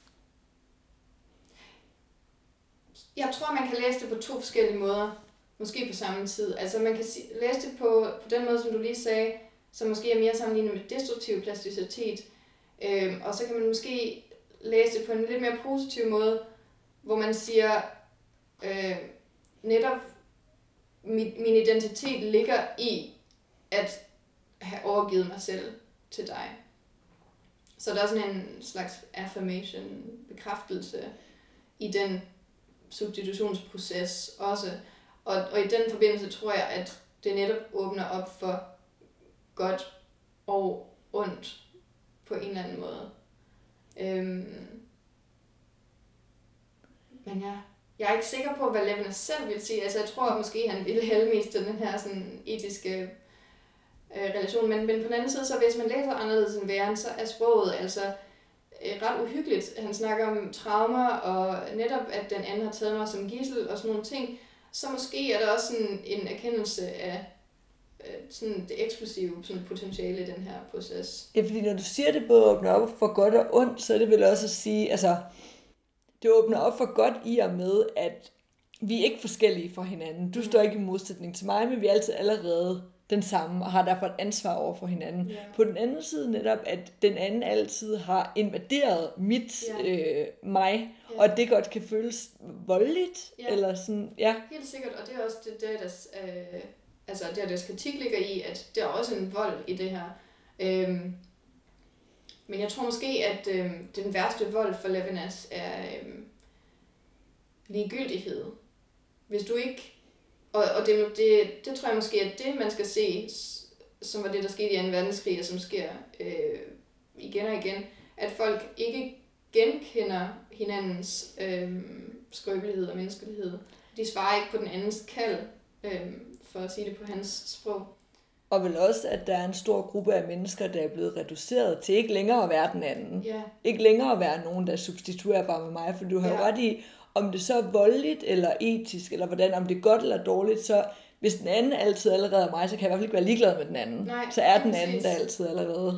Speaker 8: Jeg tror, man kan læse det på to forskellige måder, måske på samme tid. Altså man kan læse det på, på den måde, som du lige sagde, som måske er mere sammenlignet med destruktiv plasticitet. Øhm, og så kan man måske læse det på en lidt mere positiv måde, hvor man siger, øh, netop min, min identitet ligger i at have overgivet mig selv til dig. Så der er sådan en slags affirmation, bekræftelse i den substitutionsproces også. Og, og i den forbindelse tror jeg, at det netop åbner op for godt og ondt på en eller anden måde. Øhm. Men ja. jeg er ikke sikker på, hvad Levinas selv vil sige. Altså, jeg tror måske, han ville hælde mest til den her sådan, etiske øh, relation. Men, men på den anden side, så hvis man læser anderledes end væren, så er sproget altså øh, ret uhyggeligt. Han snakker om traumer, og netop, at den anden har taget mig som gidsel og sådan nogle ting. Så måske er der også sådan en erkendelse af øh, sådan det eksplosive sådan potentiale i den her proces.
Speaker 7: Ja, fordi når du siger, det både åbner op for godt og ondt, så er det vel også at sige, altså, det åbner op for godt i og med, at vi er ikke forskellige fra hinanden. Du står ikke i modsætning til mig, men vi er altid allerede den samme, og har derfor et ansvar over for hinanden.
Speaker 8: Ja.
Speaker 7: På den anden side netop, at den anden altid har invaderet mit,
Speaker 8: Ja.
Speaker 7: øh, mig,
Speaker 8: Ja.
Speaker 7: og det godt kan føles voldeligt,
Speaker 8: Ja.
Speaker 7: eller sådan, ja.
Speaker 8: Helt sikkert, og det er også det, der, deres, øh, altså der, deres kritik ligger i, at der er også en vold i det her. Øhm, men jeg tror måske, at øh, den værste vold for Levinas er øh, ligegyldighed. Hvis du ikke, og, og det, det, det tror jeg måske er det, man skal se, som var det, der skete i anden verdenskrig, og som sker øh, igen og igen, at folk ikke genkender hinandens øh, skrøbelighed og menneskelighed. De svarer ikke på den andens kald, øh, for at sige det på hans sprog.
Speaker 7: Og vel også, at der er en stor gruppe af mennesker, der er blevet reduceret til ikke længere at være den anden.
Speaker 8: Ja.
Speaker 7: Ikke længere at være nogen, der substituerer bare med mig, for du har jo
Speaker 8: Ja.
Speaker 7: ret i, om det så er voldeligt eller etisk, eller hvordan, om det er godt eller dårligt, så hvis den anden altid allerede er mig, så kan jeg i hvert fald ikke være ligeglad med den anden.
Speaker 8: Nej,
Speaker 7: så er
Speaker 8: lige
Speaker 7: den anden
Speaker 8: præcis.
Speaker 7: der altid allerede.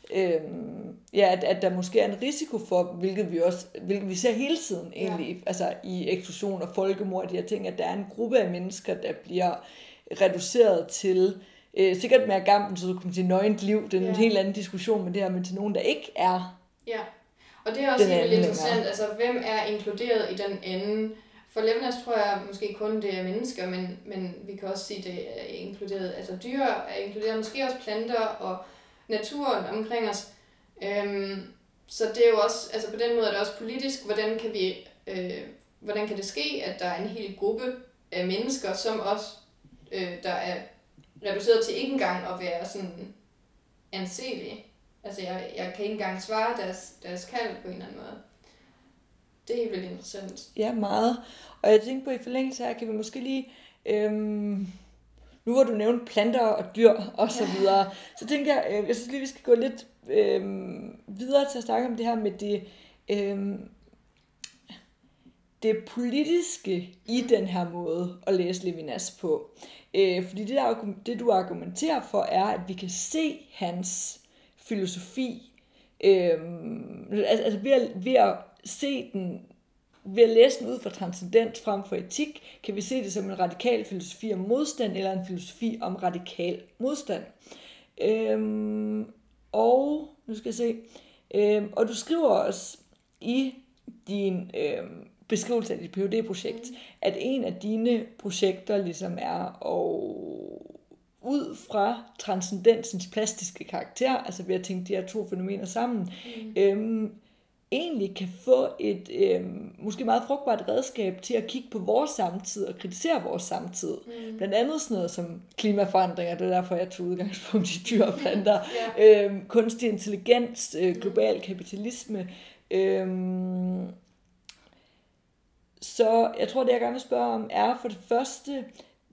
Speaker 7: Øhm, ja, at, at der måske er en risiko for, hvilket vi også, hvilket vi ser hele tiden egentlig, ja. Altså i eksplosion og folkemord, de her ting, at der er en gruppe af mennesker, der bliver reduceret til øh, sikkert mere gammel, så du kan sige nøgent liv, det er ja. En helt anden diskussion med det her, men til nogen, der ikke er.
Speaker 8: Ja, og det er også
Speaker 7: Den
Speaker 8: helt
Speaker 7: anden
Speaker 8: interessant,
Speaker 7: længere.
Speaker 8: altså hvem er inkluderet i den anden? For Levinas tror jeg måske kun det er mennesker, men, men vi kan også sige, det er inkluderet, altså dyr er inkluderet, måske også planter og naturen omkring os. Øhm, så det er jo også, altså på den måde er det også politisk, hvordan kan vi, øh, hvordan kan det ske, at der er en hel gruppe af mennesker, som også, øh, der er reduceret til ikke engang at være sådan anselige. Altså jeg, jeg kan ikke engang svare deres, deres kald på en eller anden måde. Det er helt vildt interessant.
Speaker 7: Ja, meget. Og jeg tænker på, i forlængelse her, kan vi måske lige, øhm, nu hvor du nævnte planter og dyr og så videre, så tænker jeg, øh, jeg synes lige, vi skal gå lidt øhm, videre til at snakke om det her med det, øhm, det politiske i den her måde at læse Levinas på. Øh, fordi det, der, det, du argumenterer for, er, at vi kan se hans filosofi, øhm, altså, altså ved, at, ved at se den, ved at læse den ud fra transcendens frem for etik, kan vi se det som en radikal filosofi om modstand, eller en filosofi om radikal modstand. Øhm, og, nu skal jeg se, øhm, og du skriver også i din øhm, beskrivelse af dit P H D-projekt, mm. at en af dine projekter ligesom er at ud fra transcendensens plastiske karakter, altså ved at tænke de her to fænomener sammen, mm. øhm, egentlig kan få et øhm, måske meget frugtbart redskab til at kigge på vores samtid og kritisere vores samtid. Mm. Blandt andet sådan noget som klimaforandringer, det er derfor, jeg tog udgangspunkt i dyr og planter, yeah. øhm, kunstig intelligens, øh, global kapitalisme. Øhm, så jeg tror, det jeg gerne vil spørge om, er for det første,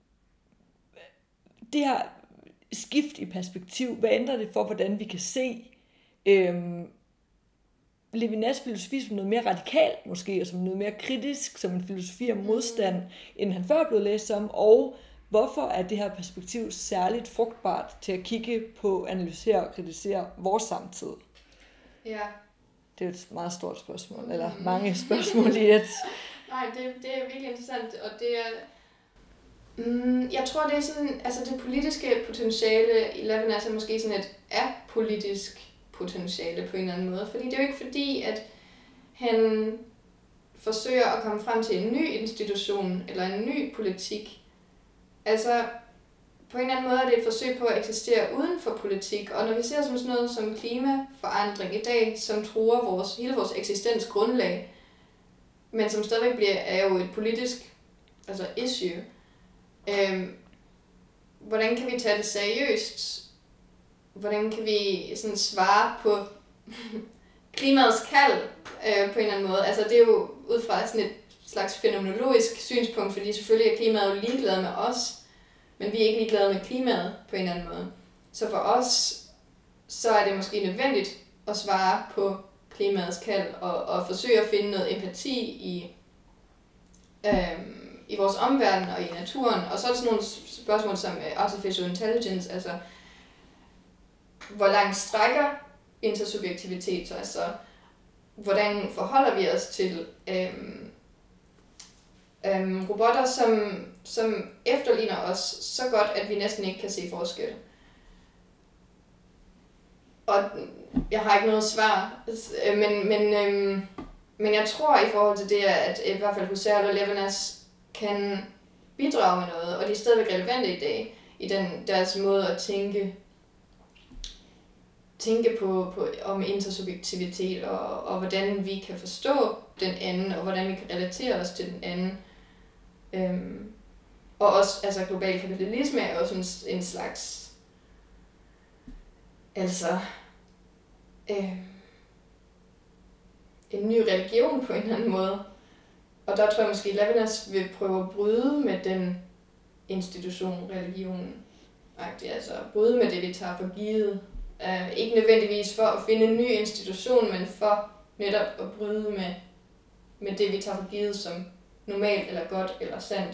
Speaker 7: det her skift i perspektiv, hvad ændrer det for, hvordan vi kan se øhm, Levinas filosofi som noget mere radikalt måske, og som noget mere kritisk, som en filosofi om modstand, mm. end han før blev læst om, og hvorfor er det her perspektiv særligt frugtbart til at kigge på, analysere og kritisere vores samtid?
Speaker 8: Ja.
Speaker 7: Det er et meget stort spørgsmål, mm. eller mange spørgsmål i et.
Speaker 8: Nej, det, det er virkelig interessant, og det er, mm, jeg tror, det er sådan, altså det politiske potentiale i Levinas er måske sådan et apolitisk potentiale på en eller anden måde, fordi det er jo ikke fordi, at han forsøger at komme frem til en ny institution eller en ny politik. Altså, på en eller anden måde er det et forsøg på at eksistere uden for politik, og når vi ser som sådan noget som klimaforandring i dag, som truer vores, hele vores eksistensgrundlag, men som stadigvæk bliver, er jo et politisk altså issue, øhm, hvordan kan vi tage det seriøst? Hvordan kan vi sådan svare på klimaets kald øh, på en eller anden måde? Altså det er jo ud fra sådan et slags fænomenologisk synspunkt, fordi selvfølgelig er klimaet jo ligeglad med os, men vi er ikke ligeglade med klimaet på en eller anden måde. Så for os, så er det måske nødvendigt at svare på klimaets kald og, og forsøge at finde noget empati i, øhm, i vores omverden og i naturen. Og så er der sådan nogle spørgsmål som artificial intelligence, altså hvor langt strækker intersubjektivitet sig, altså hvordan forholder vi os til øhm, øhm, robotter, som, som efterligner os så godt, at vi næsten ikke kan se forskel. Og jeg har ikke noget svar, men, men, øhm, men jeg tror i forhold til det, at i hvert fald Husserl og Levinas kan bidrage med noget, og de er stadigvæk relevante i dag, i den, deres måde at tænke, tænke på, på om intersubjektivitet, og, og hvordan vi kan forstå den anden, og hvordan vi kan relatere os til den anden. Øhm, og også, altså global kapitalisme er jo sådan en slags, altså, øh, en ny religion på en eller anden måde. Og der tror jeg måske, at Levinas vil prøve at bryde med den institution, religion, altså bryde med det, vi tager for givet. Uh, ikke nødvendigvis for at finde en ny institution, men for netop at bryde med, med det, vi tager for givet som normalt, eller godt, eller sandt.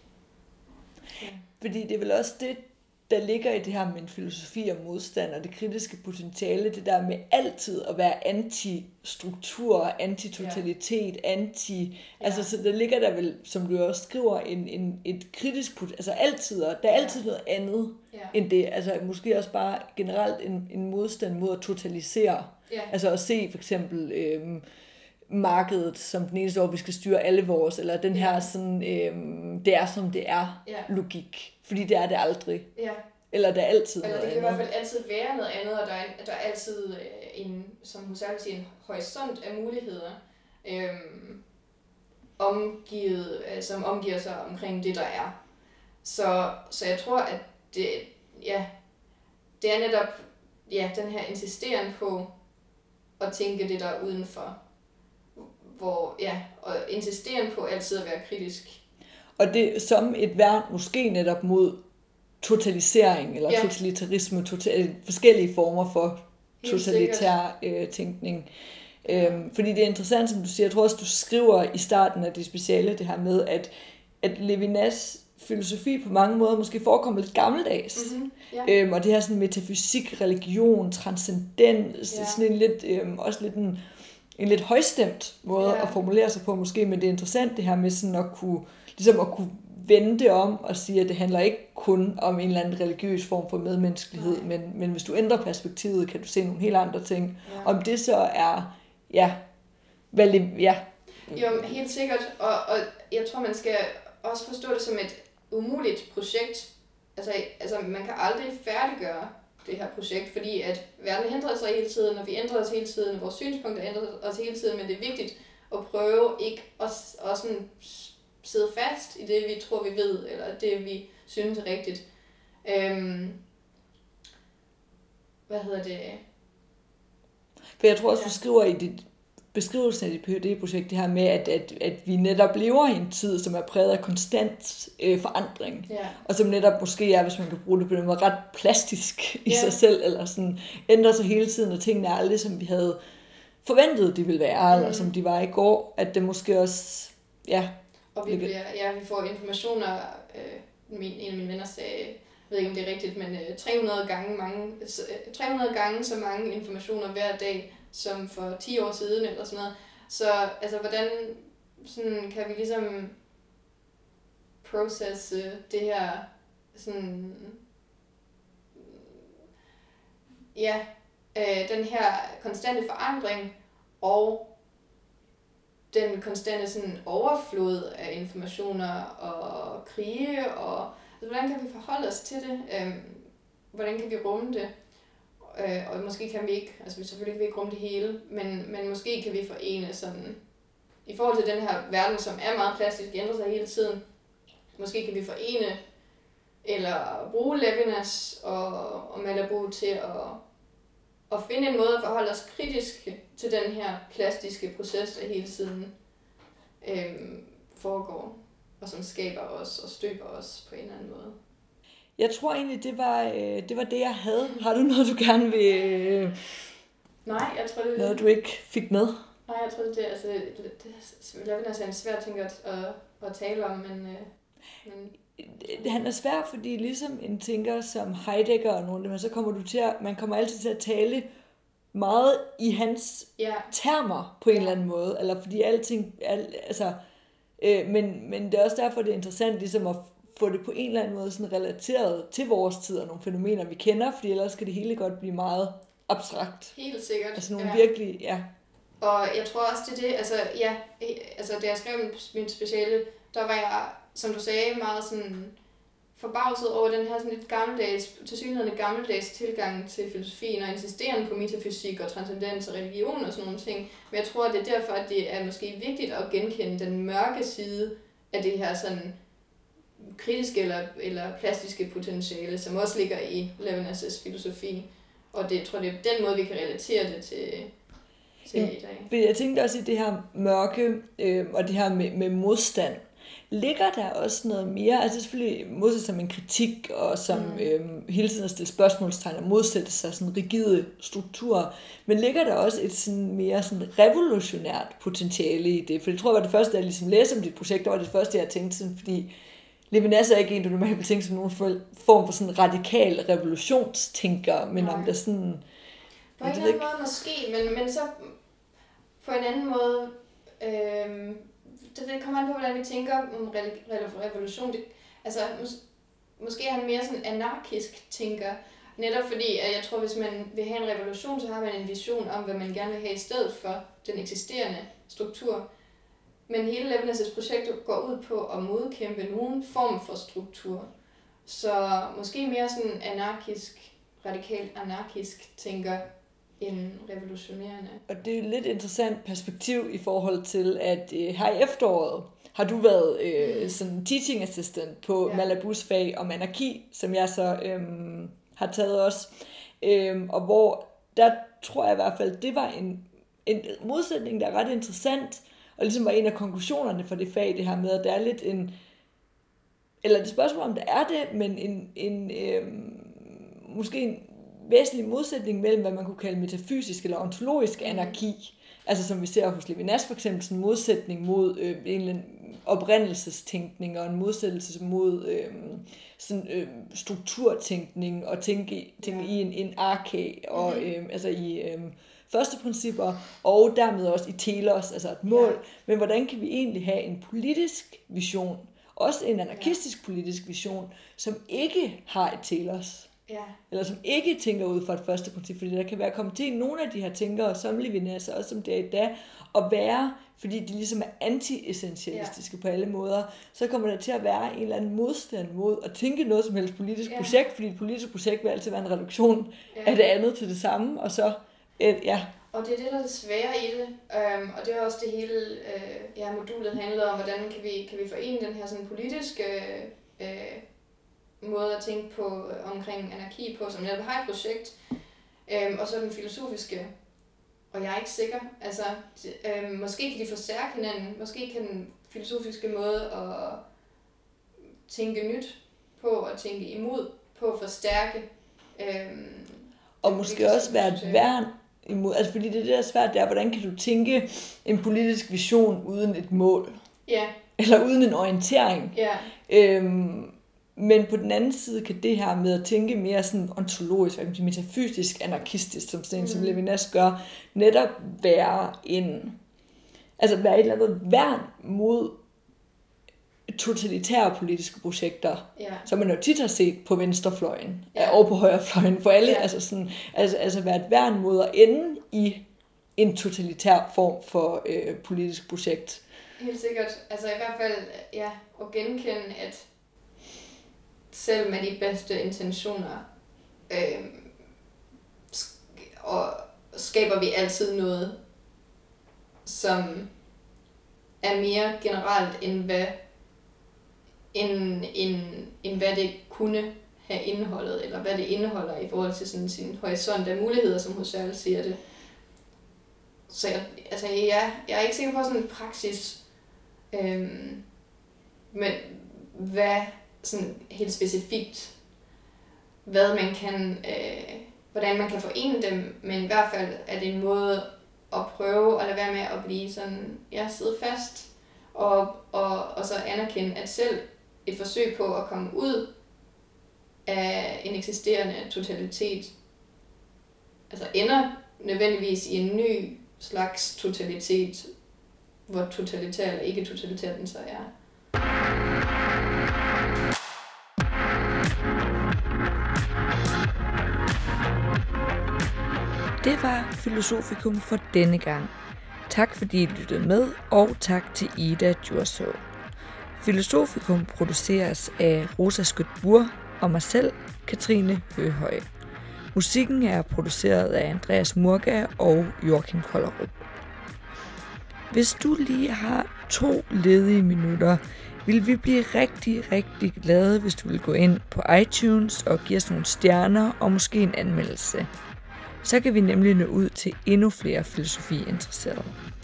Speaker 7: Ja. Fordi det er vel også det, der ligger i det her med en filosofi og modstand og det kritiske potentiale, det der med altid at være anti-struktur, anti-totalitet, ja. anti... Ja. Altså, så der ligger der vel, som du også skriver, en, en, et kritisk potentiale, altså altid, der er altid ja. noget andet ja. end det. Altså, måske også bare generelt en, en modstand mod at totalisere. Ja. Altså at se for eksempel øhm, markedet som den eneste år, vi skal styre alle vores, eller den her sådan, øhm, det er som det er ja. logik. Fordi det er det aldrig. Ja. Eller det er altid
Speaker 8: Eller
Speaker 7: noget
Speaker 8: det kan
Speaker 7: andet.
Speaker 8: i hvert fald altid være noget andet, og der er, der er altid en, som Husserl siger, en horisont af muligheder, øhm, omgivet, som omgiver sig omkring det, der er. Så, så jeg tror, at det, ja, det er netop ja, den her insisteren på at tænke det, der er udenfor. Hvor, ja, og insisteren på altid at være kritisk.
Speaker 7: Og det som et værn måske netop mod totalisering eller ja. totalitarisme, total, forskellige former for totalitær øh, tænkning. Øhm, fordi det er interessant, som du siger, jeg tror også, du skriver i starten af det speciale, det her med, at, at Levinas filosofi på mange måder måske forekommer lidt gammeldags. Mm-hmm. Ja. Øhm, og det her sådan metafysik, religion, transcendens, ja. sådan en lidt, øhm, også lidt en, en lidt højstemt måde ja. at formulere sig på måske, men det er interessant det her med sådan at kunne, ligesom at kunne vende det om og sige, at det handler ikke kun om en eller anden religiøs form for medmenneskelighed, men, men hvis du ændrer perspektivet, kan du se nogle helt andre ting. Ja. Om det så er, ja, vel, ja.
Speaker 8: Jo, helt sikkert, og, og jeg tror, man skal også forstå det som et umuligt projekt. Altså, altså man kan aldrig færdiggøre det her projekt, fordi at verden ændrer sig hele tiden, og vi ændrer os hele tiden, og vores synspunkter ændrer os hele tiden, men det er vigtigt at prøve ikke at, at sådan sidde fast i det, vi tror, vi ved, eller det, vi synes er rigtigt. Øhm, hvad hedder det?
Speaker 7: For jeg tror også, du skriver i dit beskrivelsen af dit P H D-projekt det her med, at, at, at vi netop lever i en tid, som er præget af konstant øh, forandring. Ja. Og som netop måske er, hvis man kan bruge det på den måde, ret plastisk i ja. sig selv, eller sådan ændrer sig hele tiden, og tingene er aldrig, som vi havde forventet, de ville være, mm. eller som de var i går, at det måske også, ja.
Speaker 8: Og vi, bliver, ja, vi får informationer, øh, min, en af mine venner sagde, jeg ved ikke om det er rigtigt, men øh, tre hundrede gange mange, tre hundrede gange så mange informationer hver dag, som for ti år siden eller sådan noget. Så altså, hvordan sådan, kan vi ligesom processe det her sådan, ja, øh, den her konstante forandring og den konstante sådan overflod af informationer og krige, og altså, hvordan kan vi forholde os til det? Øhm, hvordan kan vi rumme det? Øh, og måske kan vi ikke, altså selvfølgelig kan vi ikke rumme det hele, men, men måske kan vi forene sådan, i forhold til den her verden, som er meget plastisk, ændrer sig hele tiden, måske kan vi forene, eller bruge Levinas og, og Malabou til at, at finde en måde at forholde os kritisk til den her plastiske proces, der hele tiden øhm, foregår, og som skaber os og støber os på en eller anden måde.
Speaker 7: Jeg tror egentlig, det var, øh, det var det, jeg havde. Har du noget, du gerne vil... Øh,
Speaker 8: Nej, jeg tror, det
Speaker 7: noget, du ikke fik med?
Speaker 8: Nej, jeg tror, det er... Altså, det er altså en svær ting at, at, at tale om, men... Øh, men
Speaker 7: han er svær, fordi ligesom en tænker som Heidegger og nogle af dem, så kommer du til at, man kommer altid til at tale meget i hans
Speaker 8: ja.
Speaker 7: termer på en ja. eller anden måde, eller fordi alting, al, altså, øh, men, men det er også derfor, det er interessant ligesom at få det på en eller anden måde sådan relateret til vores tid og nogle fænomener, vi kender, fordi ellers kan det hele godt blive meget abstrakt.
Speaker 8: Helt sikkert.
Speaker 7: Altså nogle
Speaker 8: ja.
Speaker 7: virkelig, ja.
Speaker 8: Og jeg tror også, det er det, altså ja, altså da jeg skrev min speciale, der var jeg, som du sagde, meget sådan forbavset over den her sådan lidt gammeldags, tilsyneladende gammeldags tilgang til filosofien og insisterende på metafysik og transcendens og religion og sådan nogle ting. Men jeg tror, det er derfor, at det er måske vigtigt at genkende den mørke side af det her sådan kritiske eller, eller plastiske potentiale, som også ligger i Levinas' filosofi. Og det jeg tror det er den måde, vi kan relatere det til, til ja. i dag.
Speaker 7: Jeg tænkte også i det her mørke øh, og det her med, med modstand. Ligger der også noget mere, altså selvfølgelig modsat som en kritik, og som mm. øhm, hele tiden at stille spørgsmålstegn og modsætte sig sådan rigide strukturer, men ligger der også et sådan mere sådan revolutionært potentiale i det? For jeg tror, det var det første, jeg ligesom læste om dit projekt, og var det første, jeg tænkte sådan, fordi Levinas er ikke en, du normalt vil tænke som nogen form for sådan radikal revolutionstænker, men Nej. om der sådan...
Speaker 8: På en eller anden måde måske, men, men så på en anden måde... Øhm det kommer an på, hvordan vi tænker om revolution. Det, altså, mås- måske er han mere sådan anarkisk tænker. Netop fordi, at jeg tror, hvis man vil have en revolution, så har man en vision om, hvad man gerne vil have i stedet for den eksisterende struktur. Men hele Levinas' projekt går ud på at modkæmpe nogen form for struktur. Så måske mere sådan anarkisk, radikalt anarkisk tænker end revolutionerende.
Speaker 7: Og det er et lidt interessant perspektiv i forhold til, at øh, her i efteråret har du været øh, mm. sådan teaching assistant på ja. Malabus fag om anarki, som jeg så øh, har taget også. Øh, og hvor der tror jeg i hvert fald, det var en, en modsætning, der er ret interessant, og ligesom var en af konklusionerne for det fag, det her med, at der er lidt en, eller det spørgsmål om der er det, men en, en øh, måske en væsentlig modsætning mellem, hvad man kunne kalde metafysisk eller ontologisk anarki, altså som vi ser hos Levinas for eksempel, sådan en modsætning mod øh, en eller anden oprindelsestænkning, og en modsættelse mod øh, sådan, øh, strukturtænkning, og tænke, tænke ja. i en, en arke, og øh, altså i øh, første principper, og dermed også i telos, altså et mål. Ja. Men hvordan kan vi egentlig have en politisk vision, også en anarkistisk ja. politisk vision, som ikke har et telos?
Speaker 8: Ja. Eller
Speaker 7: som ikke tænker ud fra et første princip, fordi der kan være kommet til nogle af de her tænkere, som Levinas, også som det er i dag, at være, fordi de ligesom er anti-essentialistiske ja. på alle måder, så kommer der til at være en eller anden modstand mod at tænke noget som helst politisk ja. projekt, fordi et politisk projekt vil altid være en reduktion ja. af det andet til det samme, og så, et, ja.
Speaker 8: Og det er det, der er det svære i det, øhm, og det er også det hele, øh, ja, modulet handler om, hvordan kan vi, kan vi forene den her sådan politiske øh, måde at tænke på øh, omkring anarki på, som netop har et projekt, øhm, og så den filosofiske. Og jeg er ikke sikker. Altså, øhm, måske kan de forstærke hinanden. Måske kan den filosofiske måde at tænke nyt på, og tænke imod på, forstærke. Øhm,
Speaker 7: og måske også være et værn imod. Altså, fordi det, det der er svært, det er, hvordan kan du tænke en politisk vision uden et mål?
Speaker 8: Ja.
Speaker 7: Eller uden en orientering?
Speaker 8: Ja.
Speaker 7: Øhm, Men på den anden side kan det her med at tænke mere sådan ontologisk, metafysisk, anarkistisk, som sådan mm. som Levinas gør, netop være en, altså være et eller andet værn mod totalitære politiske projekter,
Speaker 8: ja.
Speaker 7: som man jo tit har set på venstrefløjen,
Speaker 8: ja.
Speaker 7: og på højrefløjen, for alle,
Speaker 8: ja.
Speaker 7: altså, sådan, altså, altså være et værn mod at ende i en totalitær form for øh, politisk projekt.
Speaker 8: Helt sikkert. Altså i hvert fald, ja, at genkende, at selv med de bedste intentioner, øh, sk- og skaber vi altid noget, som er mere generelt, end hvad, end, end, end hvad det kunne have indeholdet, eller hvad det indeholder i forhold til sådan sin horisont af muligheder, som Husserl siger det. Så jeg, altså, jeg, jeg er ikke sikker på sådan en praksis, øh, men hvad sådan helt specifikt, hvad man kan, øh, hvordan man kan forene dem, men i hvert fald er det en måde at prøve at lade være med at blive sådan, ja, sidde fast, og, og, og så anerkende, at selv et forsøg på at komme ud af en eksisterende totalitet, altså ender nødvendigvis i en ny slags totalitet, hvor totalitær eller ikke totalitær den så er.
Speaker 7: Det var Filosofikum for denne gang. Tak fordi I lyttede med, og tak til Ida Djurså. Filosofikum produceres af Rosa Skødt-Bur og mig selv, Katrine Høhøj. Musikken er produceret af Andreas Murga og Joachim Kollerup. Hvis du lige har to ledige minutter, vil vi blive rigtig, rigtig glade, hvis du vil gå ind på iTunes og give os nogle stjerner og måske en anmeldelse. Så kan vi nemlig nå ud til endnu flere filosofi-interesserede.